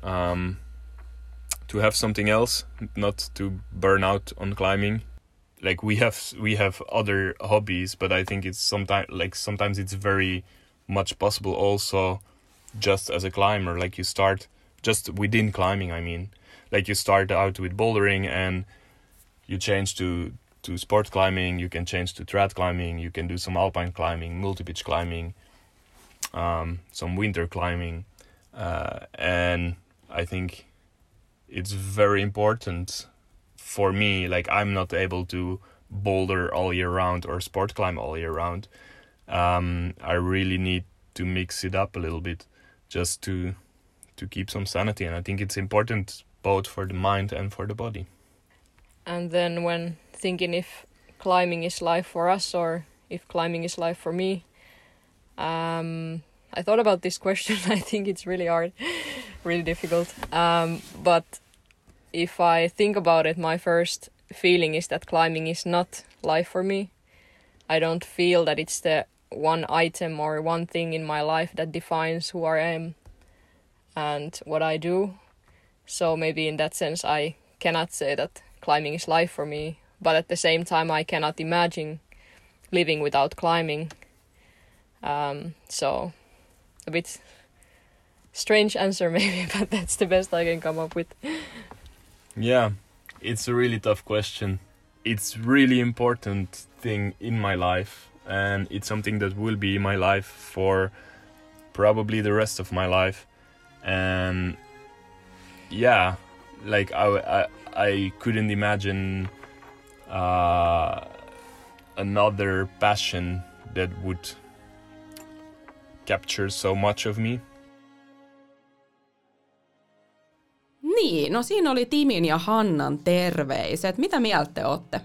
have something else, not to burn out on climbing. Like we have other hobbies, but I think it's sometimes it's very much possible also just as a climber. Like you start just within climbing, I mean, like you start out with bouldering and you change to sport climbing, you can change to trad climbing, you can do some alpine climbing, multi-pitch climbing, some winter climbing, and I think it's very important for me. Like I'm not able to boulder all year round or sport climb all year round. I really need to mix it up a little bit just to keep some sanity, and I think it's important both for the mind and for the body. And then when thinking if climbing is life for us or if climbing is life for me, I thought about this question. I think it's really hard, really difficult. But if I think about it, my first feeling is that climbing is not life for me. I don't feel that it's the one item or one thing in my life that defines who I am and what I do. So maybe in that sense I cannot say that climbing is life for me, but at the same time I cannot imagine living without climbing. So a bit strange answer maybe, but that's the best I can come up with. Yeah, it's a really tough question. It's really important thing in my life, and it's something that will be in my life for probably the rest of my life. And yeah, like I couldn't imagine another passion that would capture so much of me. Niin, no siinä oli Timin ja Hannan terveiset. Mitä mieltä te ootte?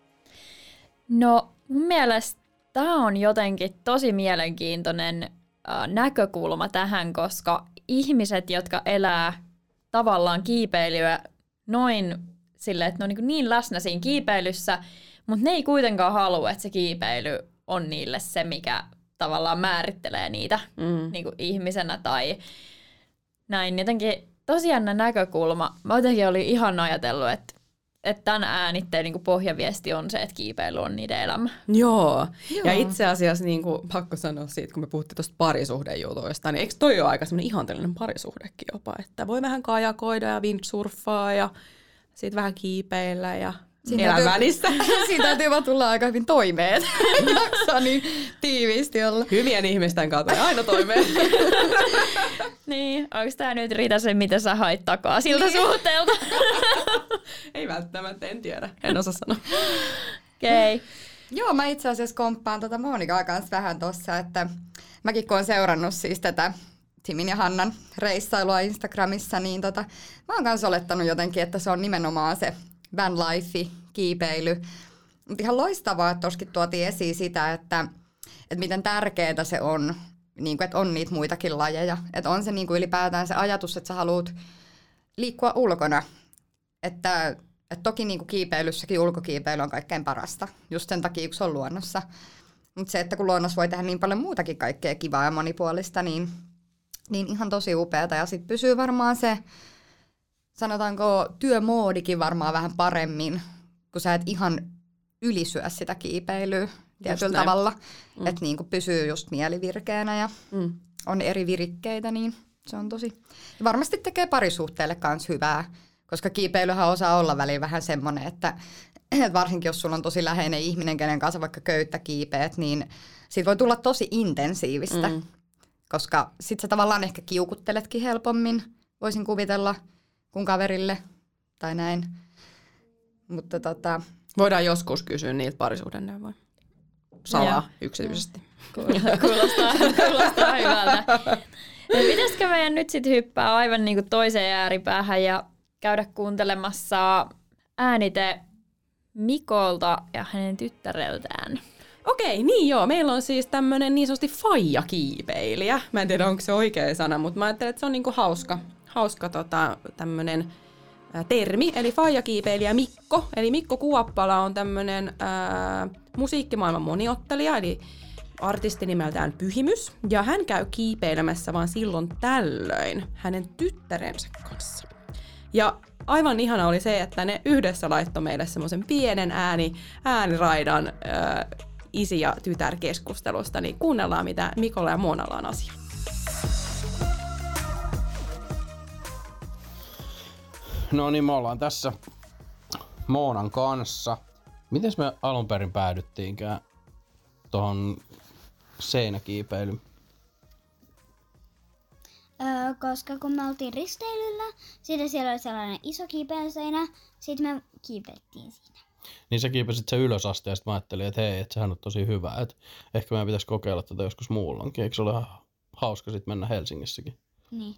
No mun mielestä tämä on jotenkin tosi mielenkiintoinen näkökulma tähän, koska ihmiset, jotka elää tavallaan kiipeilyä noin silleen, että ne on niin läsnä siinä kiipeilyssä, mutta ne ei kuitenkaan halua, että se kiipeily on niille se, mikä tavallaan määrittelee niitä niin kuin ihmisenä tai näin. Jotenkin tosi jännä näkökulma. Mä jotenkin olin ihan ajatellut, että tämän äänitteen niin kuin pohjaviesti on se, että kiipeily on niiden elämä. Joo. Ja itse asiassa niin kuin, pakko sanoa siitä, kun me puhuttiin tuosta parisuhdejutuista, niin eikö toi ole aika semmoinen ihanteellinen parisuhdekin jopa, että voi vähän kajakoida ja windsurffaa ja sitten vähän kiipeillä ja elän välissä. Siinä täytyy vaan tulla aika hyvin toimeen. Jaksaa niin tiiviisti olla. Hyvien ihmisten kautta aina toimeen. Niin, onko tää nyt Riita se, mitä sä hait takaa siltä suhteelta? Ei välttämättä, en tiedä. En osaa sanoa. Okei. Okay. Joo, mä itse asiassa komppaan Monikaa kanssa vähän tossa, että mäkin kun oon seurannut siis tätä Timin ja Hannan reissailua Instagramissa, niin mä oon kanssa olettanut jotenkin, että se on nimenomaan se van life, kiipeily. Mutta ihan loistavaa, että toskin tuotiin esiin sitä, että miten tärkeää se on, niin kuin, että on niitä muitakin lajeja. Että on se niin kuin ylipäätään se ajatus, että sä haluat liikkua ulkona. Että toki niin kuin kiipeilyssäkin ulkokiipeily on kaikkein parasta, just sen takia, kun se on luonnossa. Mutta se, että kun luonnossa voi tehdä niin paljon muutakin kaikkea kivaa ja monipuolista, niin ihan tosi upeata. Ja sitten pysyy varmaan se, sanotaanko, työmoodikin varmaan vähän paremmin, kun sä et ihan ylisyö sitä kiipeilyä tietyllä tavalla. Että niin pysyy just mielivirkeänä ja on eri virikkeitä, niin se on tosi. Ja varmasti tekee parisuhteelle kans hyvää, koska kiipeilyhän osaa olla väliin vähän semmoinen, että varsinkin jos sulla on tosi läheinen ihminen, kenen kanssa vaikka köyttä kiipeät, niin siitä voi tulla tosi intensiivistä. Koska sit sä tavallaan ehkä kiukutteletkin helpommin, voisin kuvitella, kuin kaverille tai näin. Mutta voidaan joskus kysyä niiltä parisuhdenneuvoja. Salaa yksityisesti. Kuulostaa hyvältä. Pitäisikö meidän nyt sitten hyppää aivan niinku toiseen ääripäähän ja käydä kuuntelemassa äänite Mikolta ja hänen tyttäreltään? Okei, niin joo. Meillä on siis tämmönen niin sanotusti faijakiipeilijä. Mä en tiedä, onko se oikea sana, mutta mä ajattelen, että se on niinku hauska tämmönen termi. Eli faijakiipeilijä Mikko. Eli Mikko Kuoppala on tämmönen musiikkimaailman moniottelija, eli artisti nimeltään Pyhimys. Ja hän käy kiipeilemässä vaan silloin tällöin hänen tyttärensä kanssa. Ja aivan ihana oli se, että ne yhdessä laittoi meille semmoisen pienen ääniraidan isi- ja tytärkeskustelusta, niin kuunnellaan, mitä Mikolla ja Moonalla on asia. No niin, me ollaan tässä Moonan kanssa. Miten me alun perin päädyttiinkään tuohon seinäkiipeilyyn? Koska kun me oltiin risteilyllä, sitten siellä oli sellainen iso kiipeilyseinä, sitten me kiipeiltiin siinä. Niin sä kiipesit sen ylös asti ja sitten mä ajattelin, että hei, että sehän on tosi hyvä, että ehkä meidän pitäisi kokeilla tätä joskus muulloinkin. Eikö se ole ihan hauska sitten mennä Helsingissäkin? Niin.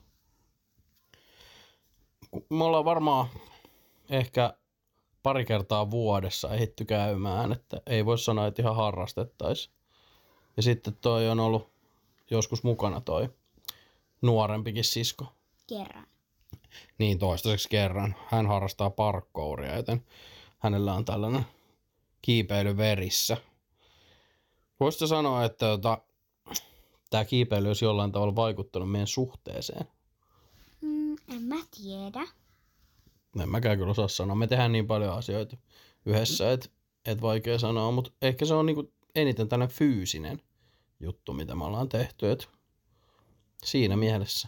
Me ollaan varmaan ehkä pari kertaa vuodessa ehditty käymään, että ei voi sanoa, että ihan harrastettaisiin. Ja sitten toi on ollut joskus mukana toi nuorempikin sisko. Kerran. Niin, toistaiseksi kerran. Hän harrastaa parkouria, joten hänellä on tällainen kiipeily verissä. Voisitko sanoa, että tämä kiipeily olisi jollain tavalla vaikuttanut meidän suhteeseen? En mä tiedä. En mäkään kyllä osaa sanoa. Me tehdään niin paljon asioita yhdessä, että vaikea sanoa, mutta ehkä se on niinku eniten tällainen fyysinen juttu, mitä me ollaan tehty. Et siinä mielessä.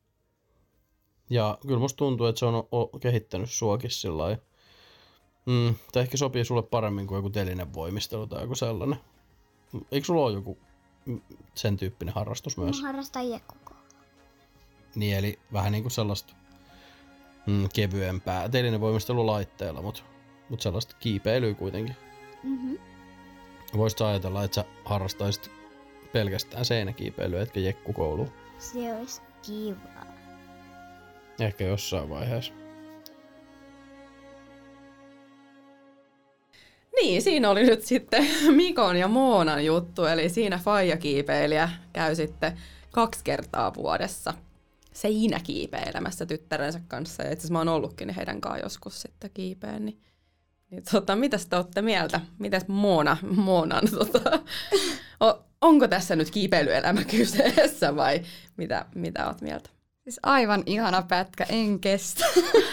Ja kyllä musta tuntuu, että se on kehittänyt suakin sillä lailla. Tai ehkä sopii sulle paremmin kuin joku telinen voimistelu tai joku sellainen. Eikö sulla ole joku sen tyyppinen harrastus myös? Mä harrastan jekkukoulua. Niin, eli vähän niin kuin sellaista kevyempää telinen voimistelu laitteella, mutta sellaista kiipeilyä kuitenkin. Mm-hmm. Voisit ajatella, että sä harrastaisit pelkästään seinäkiipeilyä, etkä jekkukoulua? Se olisi kivaa. Ehkä jossain vaiheessa. Niin, siinä oli nyt sitten Mikon ja Moonan juttu, eli siinä faijakiipeilijä käy sitten 2 kertaa vuodessa seinäkiipeilemässä tyttärensä kanssa. Ja itse asiassa mä oon ollutkin heidän kanssaan joskus sitten kiipeen. Niin mitäs te olette mieltä? Mitäs Moonan, onko tässä nyt kiipeilyelämä kyseessä vai mitä oot mieltä? Siis aivan ihana pätkä, en kestä.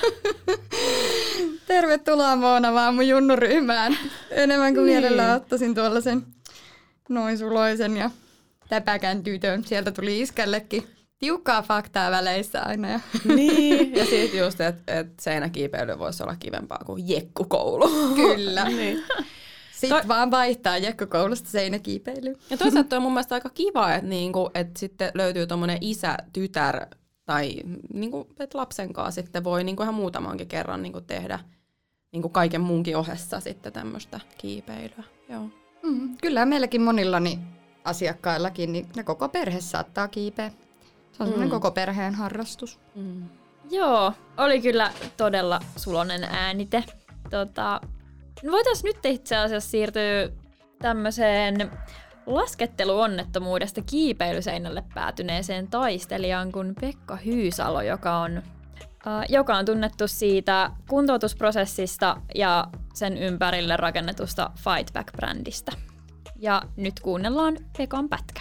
Tervetuloa Moona vaan mun junnuryhmään. Enemmän kuin mielellään ottaisin tuollaisen noin suloisen ja täpäkän tytön. Sieltä tuli iskällekin tiukkaa faktaa väleissä aina. Ja. Niin, ja sitten just, että seinäkiipeily voisi olla kivempaa kuin jekkukoulu. Kyllä. Niin. Sitten vaan vaihtaa jekkokoulusta seinäkiipeilyyn. Ja toisaalta on mun mielestä aika kiva, että, niinku, että sitten löytyy tommonen isä, tytär tai niinku, että lapsen kanssa sitten voi niinku ihan muutamankin kerran niinku tehdä niinku kaiken muunkin ohessa sitten tämmöistä kiipeilyä. Joo. Kyllä meilläkin monillani asiakkaillakin, niin ne koko perhe saattaa kiipeä. Se on semmoinen koko perheen harrastus. Joo, oli kyllä todella sulonen äänite. Voitaisiin nyt itse asiassa siirtyä tämmöiseen lasketteluonnettomuudesta kiipeilyseinälle päätyneeseen taistelijaan kuin Pekka Hyysalo, joka on tunnettu siitä kuntoutusprosessista ja sen ympärille rakennetusta Fight Back-brändistä. Ja nyt kuunnellaan Pekan pätkä.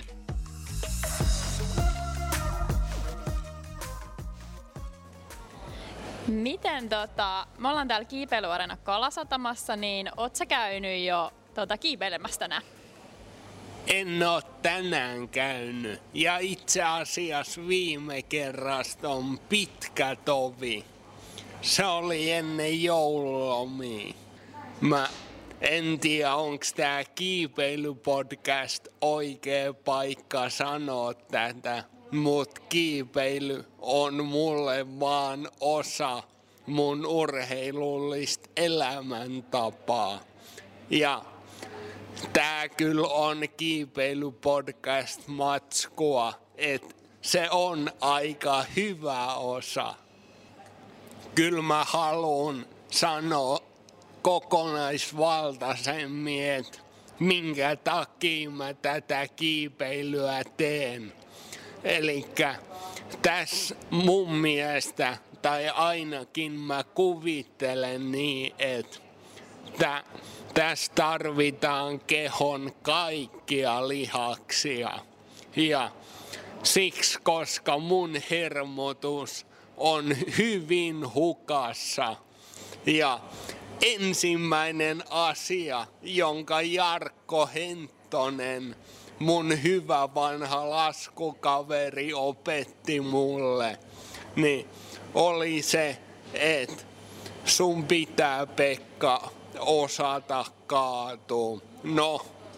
Miten me ollaan täällä Kiipeilyarena Kalasatamassa, niin oot sä käynyt jo kiipeilemässä tänään? En oo tänään käynyt. Ja itse asiassa viime kerrasta on pitkä tovi. Se oli ennen joululomia. Mä en tiedä, onks tää kiipeilypodcast oikea paikka sanoa tätä. Mut kiipeily on mulle vaan osa mun urheilullista elämäntapaa. Ja tää kyllä on kiipeilypodcast matskua, että se on aika hyvä osa. Kyllä mä haluun sanoa kokonaisvaltaisemmin, että minkä takia mä tätä kiipeilyä teen. Elikkä tässä mun mielestä, tai ainakin mä kuvittelen niin, että tässä tarvitaan kehon kaikkia lihaksia. Ja siksi, koska mun hermotus on hyvin hukassa. Ja ensimmäinen asia, jonka Jarkko Henttonen, mun hyvä vanha laskukaveri, opetti mulle, niin oli se, että sun pitää, Pekka, osata kaatua. No,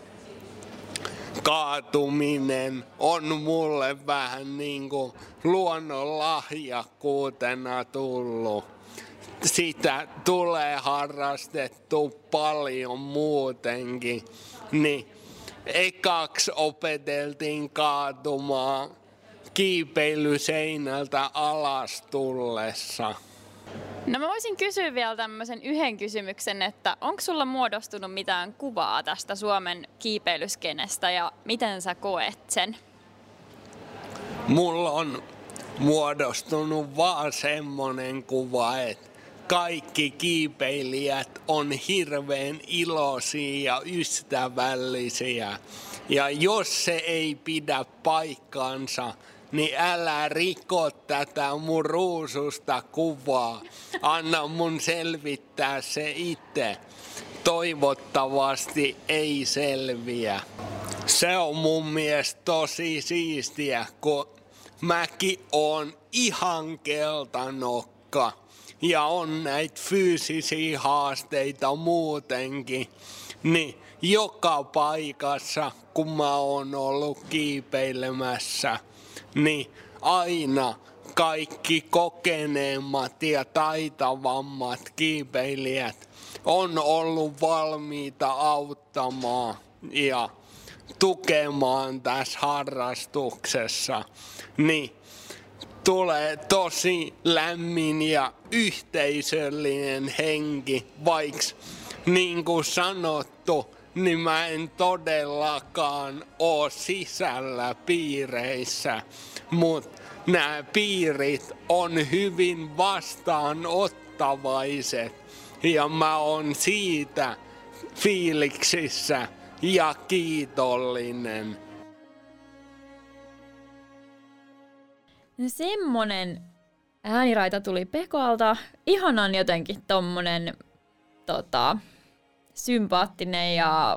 kaatuminen on mulle vähän niin kuin luonnonlahjakkuutena tullut. Sitä tulee harrastettu paljon muutenkin. Niin ekaksi opeteltiin kaatumaan kiipeilyseinältä alas tullessa. No mä voisin kysyä vielä tämmöisen yhden kysymyksen, että onko sulla muodostunut mitään kuvaa tästä Suomen kiipeilyskenestä ja miten sä koet sen? Mulla on muodostunut vaan semmonen kuva, että kaikki kiipeilijät on hirveän iloisia ja ystävällisiä. Ja jos se ei pidä paikkaansa, niin älä riko tätä mun ruususta kuvaa. Anna mun selvittää se itse. Toivottavasti ei selviä. Se on mun mielestä tosi siistiä, kun mäkin oon ihan keltanokka. Ja on näitä fyysisiä haasteita muutenkin. Niin joka paikassa, kun mä oon ollut kiipeilemässä, niin aina kaikki kokeneemmat ja taitavammat kiipeilijät on ollut valmiita auttamaan ja tukemaan tässä harrastuksessa. Niin tulee tosi lämmin ja yhteisöllinen henki, vaikka niin kuin sanottu, niin mä en todellakaan oo sisällä piireissä, mutta nämä piirit on hyvin vastaanottavaiset ja mä oon siitä fiiliksissä ja kiitollinen. No semmonen ääniraita tuli Pekalta. Ihanan jotenkin tommonen sympaattinen ja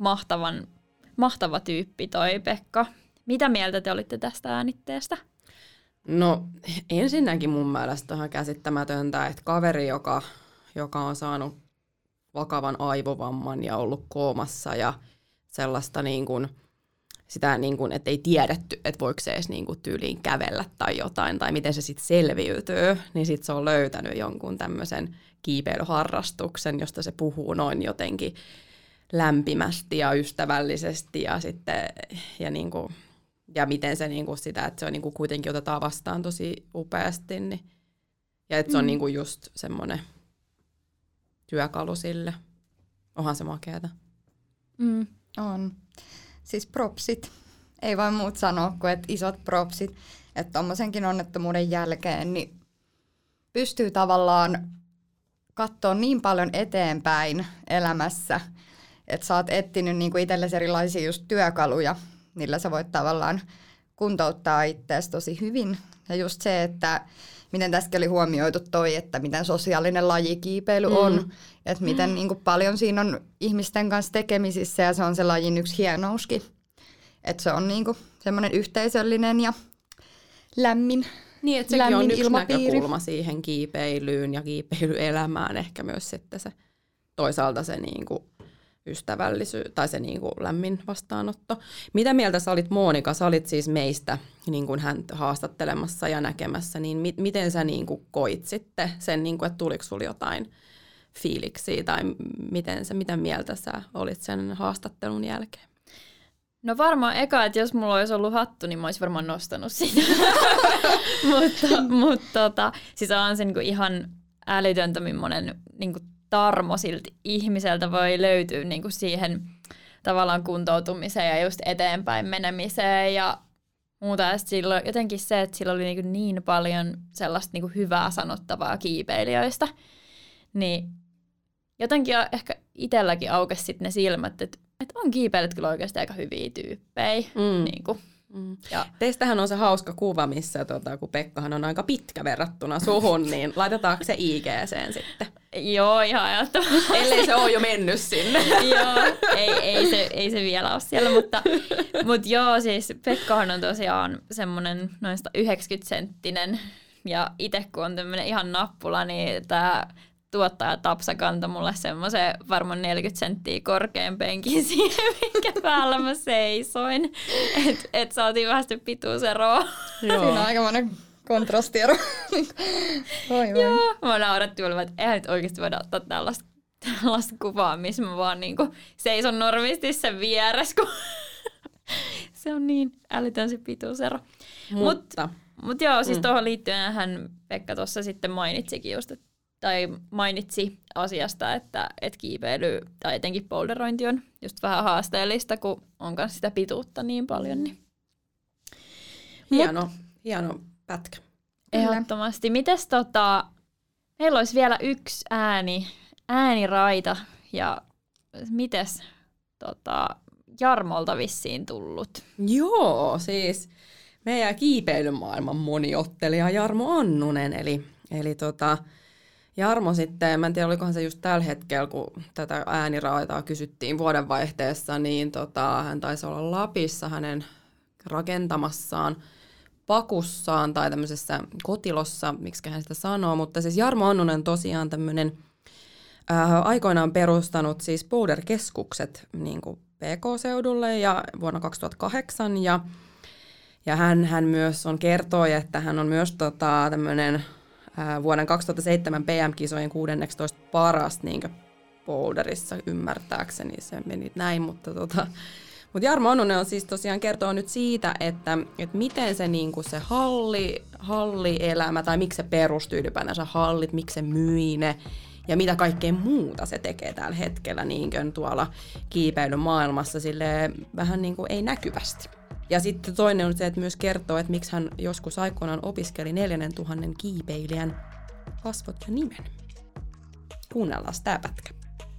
mahtava tyyppi toi Pekka. Mitä mieltä te olitte tästä äänitteestä? No ensinnäkin mun mielestä on ihan käsittämätöntä, että kaveri, joka on saanut vakavan aivovamman ja ollut koomassa ja sellaista niin kuin, sitä niin kuin, että ei tiedetty, että voiko se edes niin kuin tyyliin kävellä tai jotain, tai miten se sitten selviytyy, niin sitten se on löytänyt jonkun tämmöisen kiipeilyharrastuksen, josta se puhuu noin jotenkin lämpimästi ja ystävällisesti ja sitten, ja, niin kuin, ja miten se niin kuin sitä, että se on niin kuin kuitenkin otetaan vastaan tosi upeasti, niin, ja että se on niin kuin just semmoinen työkalu sille. Onhan se makeata. On. Siis propsit. Ei voi muut sanoa kuin, että isot propsit. Että tommosenkin onnettomuuden jälkeen niin pystyy tavallaan katsoa niin paljon eteenpäin elämässä, että sä oot etsinyt niinku itsellesi erilaisia just työkaluja, millä sä voit tavallaan kuntouttaa itseäsi tosi hyvin. Ja just se, että miten tässäkin oli huomioitu että miten sosiaalinen lajikiipeily on, että miten niin kuin paljon siinä on ihmisten kanssa tekemisissä ja se on se lajin yksi hienouskin. Että se on niin kuin semmoinen yhteisöllinen ja lämmin Niin, että sekin on yksi ilmapiiri. näkökulma siihen kiipeilyyn ja kiipeilyelämään ehkä myös sitten se toisaalta se niinku ystävällisyys tai se niinku lämmin vastaanotto. Mitä mieltä sä olit, Monika? Sä olit siis meistä niin kuin hän haastattelemassa ja näkemässä, niin miten sä niinku koit sitten sen, niinku, että tuliko sulla jotain fiiliksiä tai mitä mieltä sä olit sen haastattelun jälkeen? No varmaan eka, että jos mulla olisi ollut hattu, niin mä olisin varmaan nostanut sitä. mutta siis on se niinku ihan älytöntä, millainen niinku tarmo silti ihmiseltä voi löytyä niinku siihen tavallaan kuntoutumiseen ja just eteenpäin menemiseen ja muuta. Ja silloin jotenkin se, että sillä oli niinku niin paljon sellaista niinku hyvää sanottavaa kiipeilijöistä, niin jotenkin ehkä itselläkin aukesi sitten ne silmät, että on kiipeilijät kyllä oikeasti aika hyviä tyyppejä. Niinku. Ja Teistähän on se hauska kuva, missä kun Pekkahan on aika pitkä verrattuna suhun, niin laitetaanko se IG:seen sitten? Joo, ihan ajattomasti. Ellei se ole jo mennyt sinne. Joo, ei se vielä ole siellä, mutta joo, siis Pekkahan on tosiaan semmoinen noin 90-senttinen ja itse kun on tämmöinen ihan nappula, niin tämä tuottaja Tapsa kantoi mulle semmoisen varmaan 40 senttiä korkean penkin siihen, minkä päällä mä seisoin. Et saatiin vähän sitten pituuseroa. Siinä on aikamoinen kontrastiero. Joo, mä naurettiin, että eihän nyt oikeasti voida ottaa tällaista kuvaa, missä mä vaan niinku seison normisti sen vieressä, kun se on niin älytön se pituusero. Mut joo, siis tuohon liittyen hän Pekka tuossa sitten mainitsikin just, tai mainitsi asiasta, että kiipeily tai etenkin boulderointi on just vähän haasteellista, kun on myös sitä pituutta niin paljon. Niin. Hieno pätkä. Ehdottomasti. Mites meillä olisi vielä yksi ääniraita ja mites Jarmolta vissiin tullut? Joo, siis meidän kiipeilymaailman moniottelija Jarmo Annunen, eli Jarmo sitten, mä en tiedä olikohan se just tällä hetkellä, kun tätä ääniraitaa kysyttiin vuodenvaihteessa, niin hän taisi olla Lapissa hänen rakentamassaan pakussaan tai tämmöisessä kotilossa, miksi hän sitä sanoo, mutta siis Jarmo Annunen tosiaan tämmöinen aikoinaan perustanut siis boulder-keskukset niin kuin PK-seudulle ja vuonna 2008 ja hän myös kertoi, että hän on myös tämmöinen vuoden 2007 PM-kisojen 16 paras niin boulderissa ymmärtääkseni, se meni näin, mutta Jarmo Annunen on siis tosiaan kertoo nyt siitä, että miten se, niin kuin se hallielämä tai miksi se perustui ylipäätänsä hallit, miksi se myi ne ja mitä kaikkea muuta se tekee tällä hetkellä niin kuin tuolla kiipeilymaailmassa silleen vähän niin kuin ei näkyvästi. Ja sitten toinen on se, että myös kertoo, että miksi hän joskus aikoinaan opiskeli 4000 kiipeilijän kasvot ja nimen. Kuunnellaan tämä pätkä.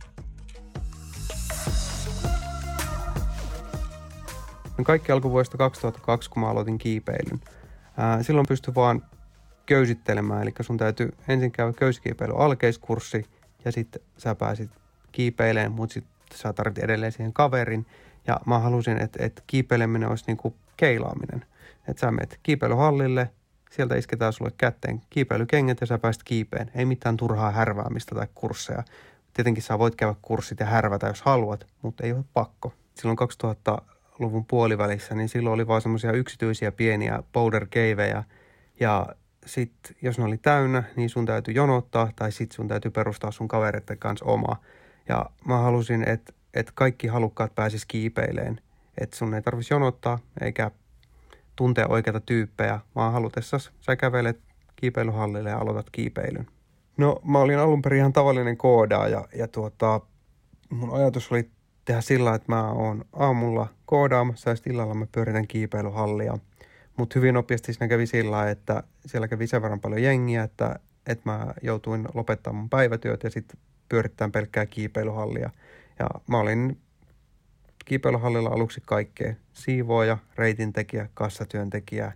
Kaikki alkoi vuodesta 2002, kun mä aloitin kiipeilyn. Silloin pystyi vaan köysittelemään, eli sun täytyy ensin käydä köysikiipeilyn alkeiskurssi ja sitten sä pääsit kiipeilemään, mutta sitten sä tarvitset edelleen siihen kaverin. Ja mä halusin, että kiipeileminen olisi niinku keilaaminen. Että sä menet kiipeilyhallille, Sieltä isketään sulle kätteen kiipeilykengät ja sä pääset kiipeen. Ei mitään turhaa härväämistä tai kursseja. Tietenkin sä voit käydä kurssit ja härvätä, jos haluat, mutta ei ole pakko. Silloin 2000-luvun puolivälissä, niin silloin oli vaan semmoisia yksityisiä pieniä boulder caveja. Ja sitten jos ne oli täynnä, niin sun täytyy jonottaa tai sitten sun täytyy perustaa sun kavereiden kanssa oma. Ja mä halusin, että kaikki halukkaat pääsis kiipeileen. Että sun ei tarvitsisi jonottaa eikä tuntea oikeita tyyppejä, vaan halutessasi sä kävelet kiipeilyhallille ja aloitat kiipeilyn. No mä olin alun perin ihan tavallinen koodaaja ja mun ajatus oli tehdä sillä, että mä oon aamulla koodaamassa ja sitten illalla mä pyöritän kiipeilyhallia. Mutta hyvin nopeasti siinä kävi sillä, että siellä kävi sen verran paljon jengiä, että mä joutuin lopettamaan mun päivätyöt ja sitten pyörittämään pelkkää kiipeilyhallia. Ja mä olin kiipeilyhallilla aluksi kaikkea. Siivooja, reitintekijä, kassatyöntekijä,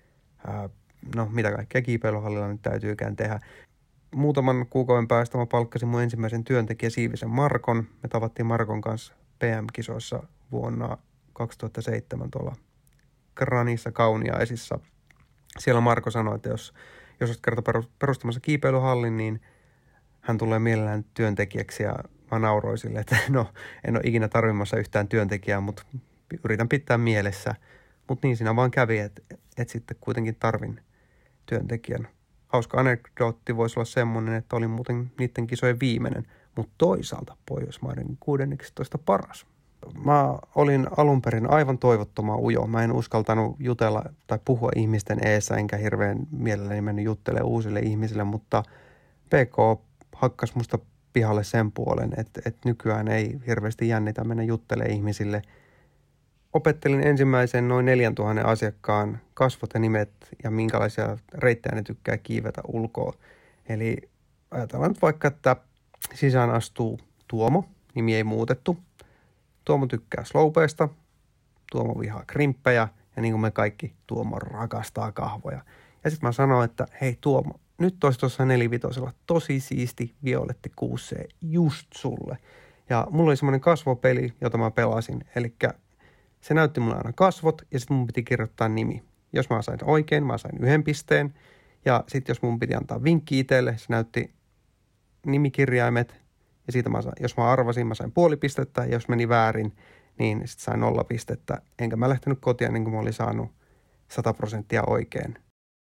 no mitä kaikkea kiipeilyhallilla nyt täytyykään tehdä. Muutaman kuukauden päästä mä palkkasin mun ensimmäisen työntekijän Siivisen Markon. Me tavattiin Markon kanssa PM-kisoissa vuonna 2007 tuolla Granissa Kauniaisissa. Siellä Marko sanoi, että jos olet kerta perustamassa kiipeilyhallin, niin hän tulee mielellään työntekijäksi ja mä nauroin sille, että no en ole ikinä tarvimassa yhtään työntekijää, mutta yritän pitää mielessä. Mutta niin siinä vaan kävi, että sitten kuitenkin tarvin työntekijän. Hauska anekdootti voisi olla semmoinen, että olin muuten niiden kisojen viimeinen, mutta toisaalta Pohjoismaiden 16 paras. Mä olin alun perin aivan toivottoman ujo. Mä en uskaltanut jutella tai puhua ihmisten eessä, enkä hirveän mielelläni mennyt juttelemaan uusille ihmisille, mutta PK hakkas musta pihalle sen puolen, että nykyään ei hirveästi jännitä mennä juttelemaan ihmisille. Opettelin ensimmäisen noin 4000 asiakkaan kasvot ja nimet ja minkälaisia reittejä ne tykkää kiivetä ulkoa. Eli ajatellaan nyt vaikka, että sisään astuu Tuomo, nimi ei muutettu. Tuomo tykkää slopeista, Tuomo vihaa krimppejä ja niin kuin me kaikki, Tuomo rakastaa kahvoja. Ja sitten mä sanoin, että hei Tuomo, nyt olisi tuossa 4-5 tosi siisti violetti 6C just sulle. Ja mulla oli semmoinen kasvopeli, jota mä pelasin. Eli se näytti mulle aina kasvot ja sitten mun piti kirjoittaa nimi. Jos mä sain oikein, mä sain 1 pisteen. Ja sitten jos mun piti antaa vinkki itselle, se näytti nimikirjaimet. Ja siitä jos mä arvasin, mä sain 0,5 pistettä. Ja jos meni väärin, niin sitten sain 0 pistettä. Enkä mä lähtenyt kotiin niin kuin mä olin saanut 100% oikein.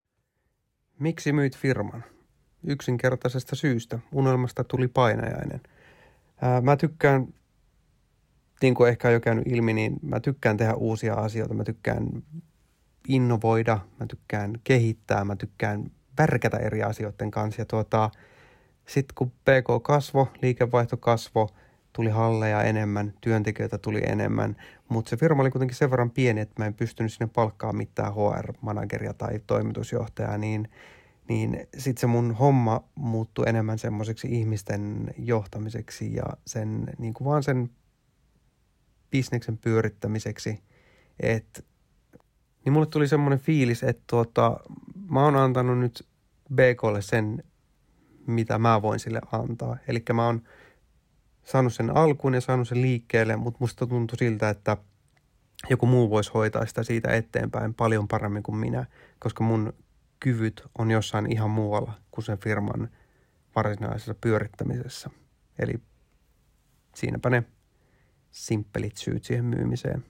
Miksi myit firman? Yksinkertaisesta syystä. Unelmasta tuli painajainen. Mä tykkään, niin kuin ehkä on jo käynyt ilmi, niin mä tykkään tehdä uusia asioita. Mä tykkään innovoida, mä tykkään kehittää, mä tykkään värkätä eri asioiden kanssa. Ja sitten kun PK kasvo, liikevaihto kasvo, tuli halleja enemmän, työntekijöitä tuli enemmän, mutta se firma oli kuitenkin sen verran pieni, että mä en pystynyt sinne palkkaamaan mitään HR-manageria tai toimitusjohtajaa, niin sitten se mun homma muuttui enemmän semmoiseksi ihmisten johtamiseksi ja sen, niin kuin vaan sen bisneksen pyörittämiseksi. Niin mulle tuli semmoinen fiilis, että mä oon antanut nyt BKlle sen, mitä mä voin sille antaa. Eli mä oon saanut sen alkuun ja saanut sen liikkeelle, mutta musta tuntui siltä, että joku muu voisi hoitaa sitä siitä eteenpäin paljon paremmin kuin minä, koska mun kyvyt on jossain ihan muualla kuin sen firman varsinaisessa pyörittämisessä. Eli siinäpä ne simppelit syyt siihen myymiseen.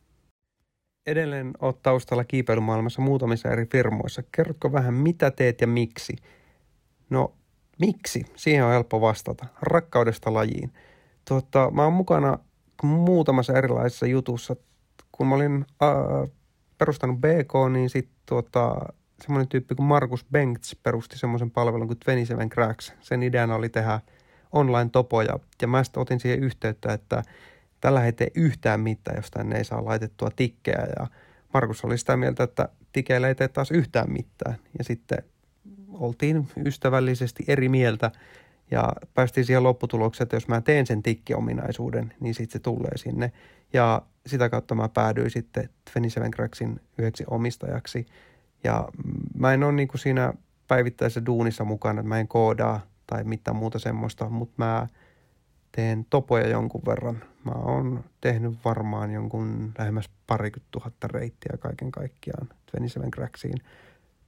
Edelleen oot taustalla kiipeilymaailmassa muutamissa eri firmoissa. Kerrotko vähän, mitä teet ja miksi? No, miksi? Siihen on helppo vastata. Rakkaudesta lajiin. Mä oon mukana muutamassa erilaisessa jutussa. Kun mä olin perustanut BK, niin sitten semmoinen tyyppi kuin Markus Bengts perusti semmoisen palvelun kuin 27 Cracks. Sen ideana oli tehdä online-topoja. Ja mä sitten otin siihen yhteyttä, että tällä ei tee yhtään mitään, jos tänne ei saa laitettua tikkejä. Ja Markus oli sitä mieltä, että tikeillä ei tee taas yhtään mitään. Ja sitten oltiin ystävällisesti eri mieltä ja päästiin siihen lopputulokseen, että jos mä teen sen tikkiominaisuuden, niin sitten se tulee sinne. Ja sitä kautta mä päädyin sitten 27 Cracksin yhdeksi omistajaksi. Ja mä en ole niin kuin siinä päivittäisessä duunissa mukana, että mä en koodaa tai mitään muuta semmoista, mutta mä teen topoja jonkun verran. Mä oon tehnyt varmaan jonkun lähemmäs 20 000 reittiä kaiken kaikkiaan 27 Cracksiin.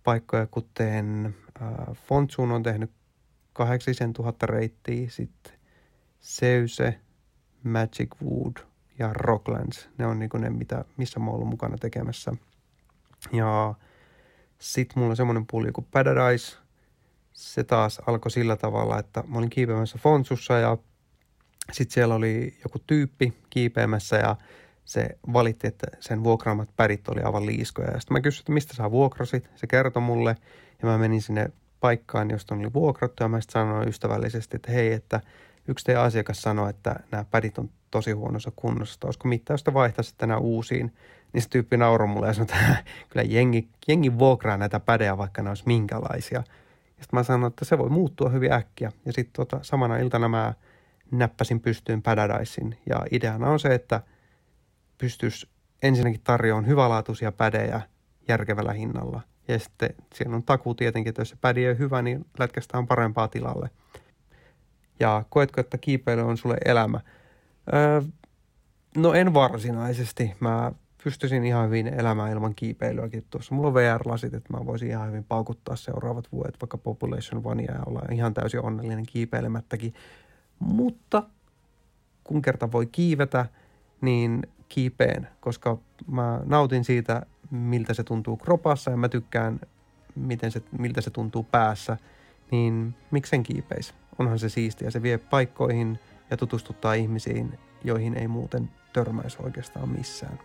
paikkoja, kuten Fonsuun on tehnyt 8000 reittiä, sitten Seuse, Magic Wood ja Rocklands. Ne on niinku ne, missä mä oon ollut mukana tekemässä. Ja sitten mulla on semmoinen pulju kuin Paradise. Se taas alkoi sillä tavalla, että mä olin kiipeämässä Fonsussa ja sitten siellä oli joku tyyppi kiipeämässä ja se valitti, että sen vuokraamat pärit oli aivan liiskoja. Ja sitten mä kysyin, että mistä sä vuokrasit. Se kertoi mulle ja mä menin sinne paikkaan, josta oli vuokrattu. Ja mä sitten sanoin ystävällisesti, että hei, että yksi teidän asiakas sanoi, että nämä pärit on tosi huonossa kunnossa. Olisiko mitään, jos te vaihtaisitte nämä uusiin? Niin se tyyppi nauroi mulle ja sanoi, että kyllä jengi vuokraa näitä pädejä, vaikka ne olisi minkälaisia. Ja sitten mä sanoin, että se voi muuttua hyvin äkkiä. Ja sitten samana iltana mä näppäsin pystyyn Paradisein. Ja ideana on se, että pystyisi ensinnäkin tarjoamaan hyvälaatuisia pädejä järkevällä hinnalla. Ja sitten siellä on takuu tietenkin, että jos se pädi ei ole hyvä, niin lätkästään parempaa tilalle. Ja koetko, että kiipeily on sulle elämä? No en varsinaisesti. Mä pystyisin ihan hyvin elämään ilman kiipeilyäkin. Tuossa mulla on VR-lasit, että mä voisin ihan hyvin paukuttaa seuraavat vuodet vaikka Population Onea ja olla ihan täysin onnellinen kiipeilemättäkin. Mutta kun kerta voi kiivetä, niin kiipeen, koska mä nautin siitä, miltä se tuntuu kropassa ja mä tykkään, miltä se tuntuu päässä, niin miksen kiipeisi? Onhan se siistiä. Se vie paikkoihin ja tutustuttaa ihmisiin, joihin ei muuten törmäisi oikeastaan missään.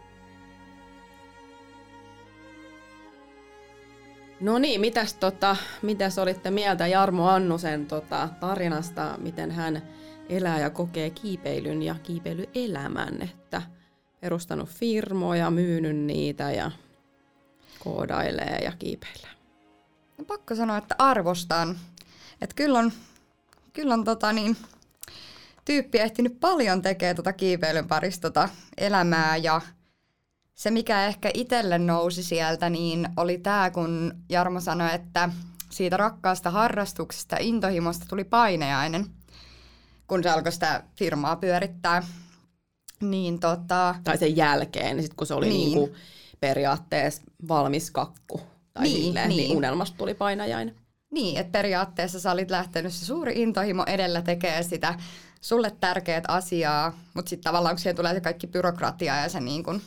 No niin, mitäs olitte mieltä Jarmo Annusen tarinasta, miten hän elää ja kokee kiipeilyn ja kiipeilyelämän, että perustanut firmoja, myynyt niitä ja koodailee ja kiipeilee? No, pakko sanoa, että arvostan. Että kyllä on tyyppi ehtinyt paljon tekemään kiipeilyn parissa elämää ja se, mikä ehkä itselle nousi sieltä, niin oli tämä, kun Jarmo sanoi, että siitä rakkaasta harrastuksesta, intohimosta tuli painajainen, kun se alkoi sitä firmaa pyörittää. Niin tai sen jälkeen, niin sit kun se oli niinku periaatteessa valmis kakku, tai niin unelmasta tuli painajainen. Niin, että periaatteessa sä olit lähtenyt se suuri intohimo edellä tekee sitä sulle tärkeät asiaa, mutta sitten tavallaan kun siihen tulee se kaikki byrokratia ja se niin kun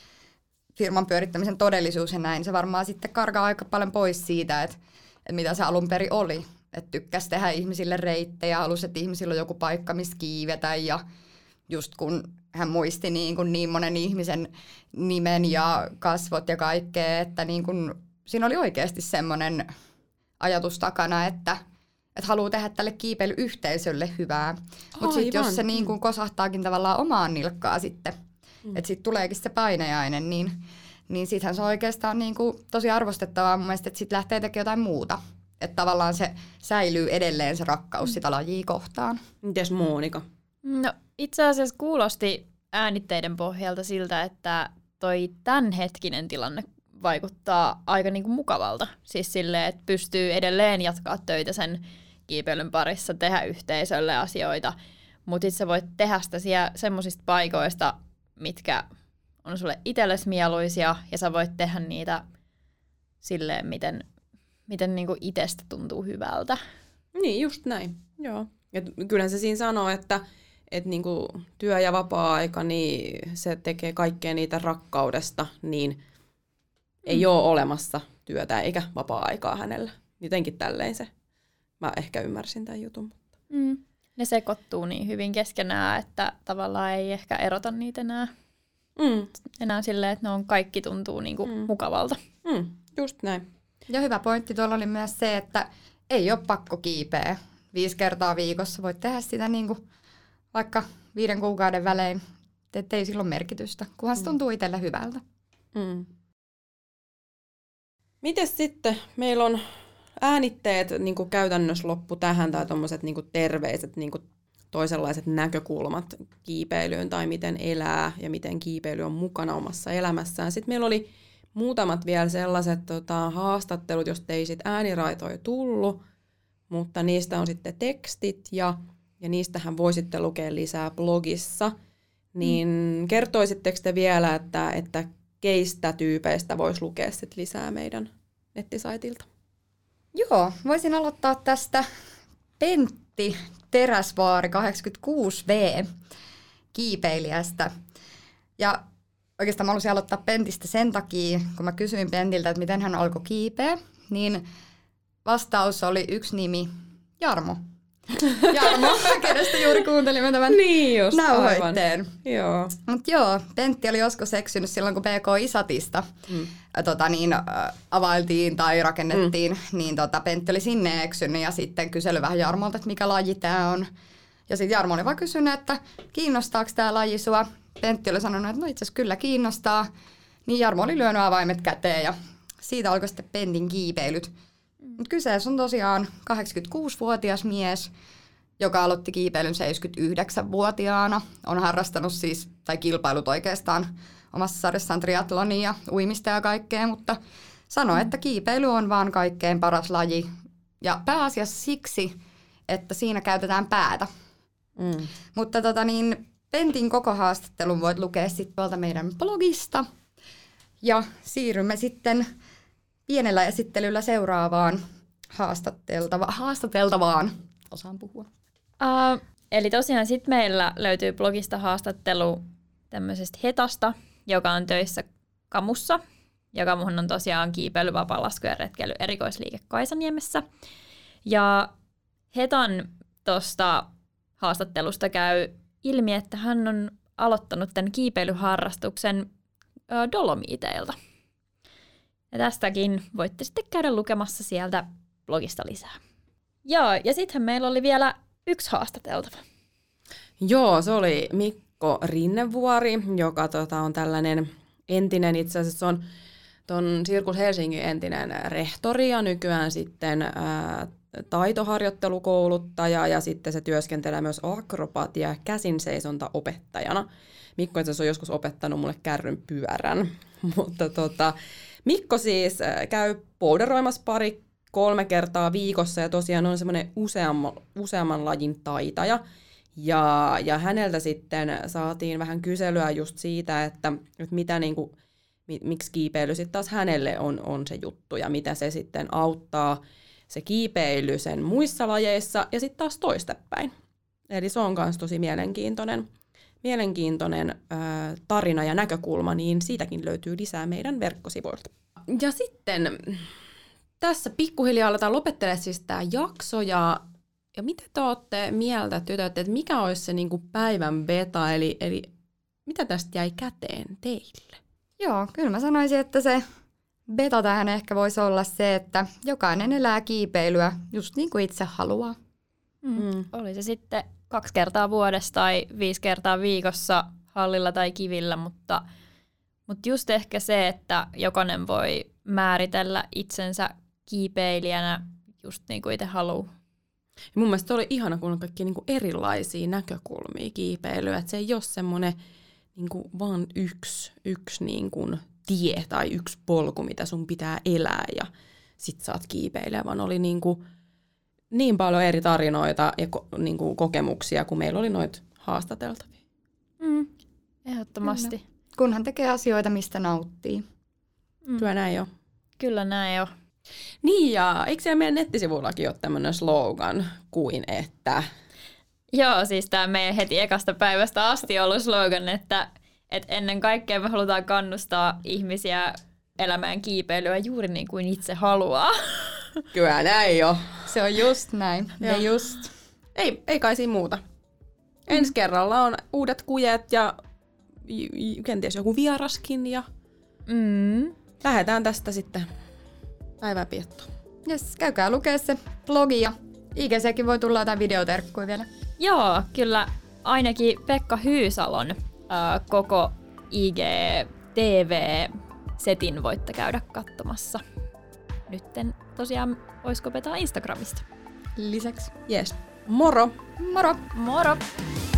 firman pyörittämisen todellisuus ja näin, se varmaan sitten karkaa aika paljon pois siitä, että mitä se alun perin oli. Että tykkäsi tehdä ihmisille reittejä, halusi, että ihmisillä on joku paikka, missä kiivetä ja just kun hän muisti niin monen ihmisen nimen ja kasvot ja kaikkea, että niin kun, siinä oli oikeasti semmoinen ajatus takana, että haluaa tehdä tälle kiipeilyyhteisölle hyvää. Mutta sitten jos se niin kun kosahtaakin tavallaan omaan nilkkaa sitten, että sitten tuleekin se painajainen, niin sittenhän se on oikeastaan niin kun tosi arvostettavaa mun mielestä, että sitten lähtee tekemään jotain muuta. Että tavallaan se säilyy edelleen se rakkaus sitä lajia kohtaan. Mites Monika? No itse asiassa kuulosti äänitteiden pohjalta siltä, että toi tämänhetkinen tilanne vaikuttaa aika niinku mukavalta. Siis silleen, että pystyy edelleen jatkaa töitä sen kiipeilyn parissa, tehdä yhteisölle asioita, mutta sitten sä voit tehdä sitä semmoisista paikoista, mitkä on sulle itsellesi mieluisia, ja sä voit tehdä niitä silleen, miten niinku itsestä tuntuu hyvältä. Niin, just näin. Joo. Et kyllähän se siinä sanoo, että niinku työ ja vapaa-aika, niin se tekee kaikkea niitä rakkaudesta, niin ei ole olemassa työtä eikä vapaa-aikaa hänellä. Jotenkin tälleen se. Mä ehkä ymmärsin tämän jutun. Ne sekoittuu niin hyvin keskenään, että tavallaan ei ehkä erota niitä enää silleen, että ne on kaikki tuntuu niinku mukavalta. Just näin. Ja hyvä pointti tuolla oli myös se, että ei ole pakko kiipeä 5 kertaa viikossa. Voit tehdä sitä niinku vaikka 5 kuukauden välein, ettei sillä ole merkitystä, kunhan se tuntuu itselle hyvältä. Mites sitten? Meillä on äänitteet niinku käytännössä loppu tähän, tai tommoset niinku terveiset niinku toisenlaiset näkökulmat kiipeilyyn, tai miten elää ja miten kiipeily on mukana omassa elämässään. Sitten meillä oli muutamat vielä sellaiset haastattelut, jos ei sit ääniraitoja tullut, mutta niistä on sitten tekstit ja niistähän voisitte lukea lisää blogissa. Niin kertoisitteko te vielä, että keistä tyypeistä voisi lukea sit lisää meidän nettisaitilta. Joo, voisin aloittaa tästä Pentti Teräsvaari 86V kiipeilijästä. Ja oikeastaan mä halusin aloittaa Pentistä sen takia, kun mä kysyin Pentiltä, että miten hän alkoi kiipeä, niin vastaus oli yksi nimi, Jarmo. Jarmo, kenestä juuri kuuntelimme tämän nauhoitteen. Joo. Mutta joo, Pentti oli joskus eksynyt silloin, kun PK-Isatista availtiin tai rakennettiin, niin Pentti oli sinne eksynyt ja sitten kyseli vähän Jarmolta, että mikä laji tämä on. Ja sitten Jarmo oli vaan kysynyt, että kiinnostaako tämä laji sua? Pentti oli sanonut, että no itse asiassa kyllä kiinnostaa. Niin Jarmo oli lyönyt avaimet käteen ja siitä alkoi sitten Pentin kiipeilyt. Mutta kyseessä on tosiaan 86-vuotias mies, joka aloitti kiipeilyn 79-vuotiaana. On harrastanut siis, tai kilpailut oikeastaan omassa sarjassaan triathlonia ja uimista ja kaikkea, mutta sanoi, että kiipeily on vaan kaikkein paras laji. Ja pääasiassa siksi, että siinä käytetään päätä. Mutta Pentin koko haastattelun voit lukea sitten tuolta meidän blogista. Ja siirrymme sitten pienellä esittelyllä seuraavaan haastateltavaan. Osaan puhua. Eli tosiaan sitten meillä löytyy blogista haastattelu tämmöisestä Hetasta, joka on töissä Kamussa. Ja Kamuhan on tosiaan kiipeily, vapaalasku ja retkeily erikoisliike Kaisaniemessä. Ja Hetan tuosta haastattelusta käy ilmi, että hän on aloittanut tämän kiipeilyharrastuksen Dolomiiteilta. Ja tästäkin voitte sitten käydä lukemassa sieltä blogista lisää. Joo, ja sittenhän meillä oli vielä yksi haastateltava. Joo, se oli Mikko Rinnevuori, joka on tällainen entinen, itse asiassa on ton Sirkus Helsingin entinen rehtori ja nykyään sitten taitoharjoittelukouluttaja ja sitten se työskentelee myös akrobatia- ja käsinseisontaopettajana. Mikko itse asiassa on joskus opettanut mulle kärryn pyörän, mutta Mikko siis käy boulderoimassa 2-3 kertaa viikossa ja tosiaan on semmoinen useamman lajin taitaja. Ja häneltä sitten saatiin vähän kyselyä just siitä, että mitä miksi kiipeily sitten taas hänelle on se juttu ja mitä se sitten auttaa se kiipeily sen muissa lajeissa ja sitten taas toistepäin. Eli se on myös tosi mielenkiintoinen tarina ja näkökulma, niin siitäkin löytyy lisää meidän verkkosivuilta. Ja sitten tässä pikkuhiljaa aletaan lopettelemaan siis tämä jakso ja mitä te olette mieltä, tytöt, että mikä olisi se niinku päivän beta, eli mitä tästä jäi käteen teille? Joo, kyllä mä sanoisin, että se beta tähän ehkä voisi olla se, että jokainen elää kiipeilyä just niin kuin itse haluaa. Oli se sitten 2 kertaa vuodessa tai 5 kertaa viikossa hallilla tai kivillä, mutta just ehkä se, että jokainen voi määritellä itsensä kiipeilijänä just niin kuin itse haluaa. Ja mun mielestä oli ihana, kun on kaikki niinku erilaisia näkökulmia kiipeilyä, että se ei ole semmoinen niinku vaan yksi niinku tie tai yksi polku, mitä sun pitää elää ja sit saat kiipeilemään, vaan oli niin paljon eri tarinoita ja niinku kokemuksia, kun meillä oli noita haastateltavia. Ehdottomasti. Kunhan tekee asioita, mistä nauttii. Kyllä näin on. Kyllä näin on. Niin ja eikö siellä meidän nettisivullakin ole tämmöinen slogan kuin että... Joo, siis tämä meidän heti ekasta päivästä asti ollut slogan, että ennen kaikkea me halutaan kannustaa ihmisiä elämään kiipeilyä juuri niin kuin itse haluaa. Kyllä näin jo. Se on just näin. Ja just. Ei kai siinä muuta. Ensi kerralla on uudet kujet ja kenties joku vieraskin ja lähdetään tästä sitten päiväpiettoon. Jes, käykää lukea se blogi ja IGCkin voi tulla jotain videoterkkuja vielä. Joo, kyllä ainakin Pekka Hyysalon koko IGTV-setin voitte käydä katsomassa. Nytten tosiaan oisko petaa Instagramista. Lisäksi. Jes. Moro! Moro! Moro!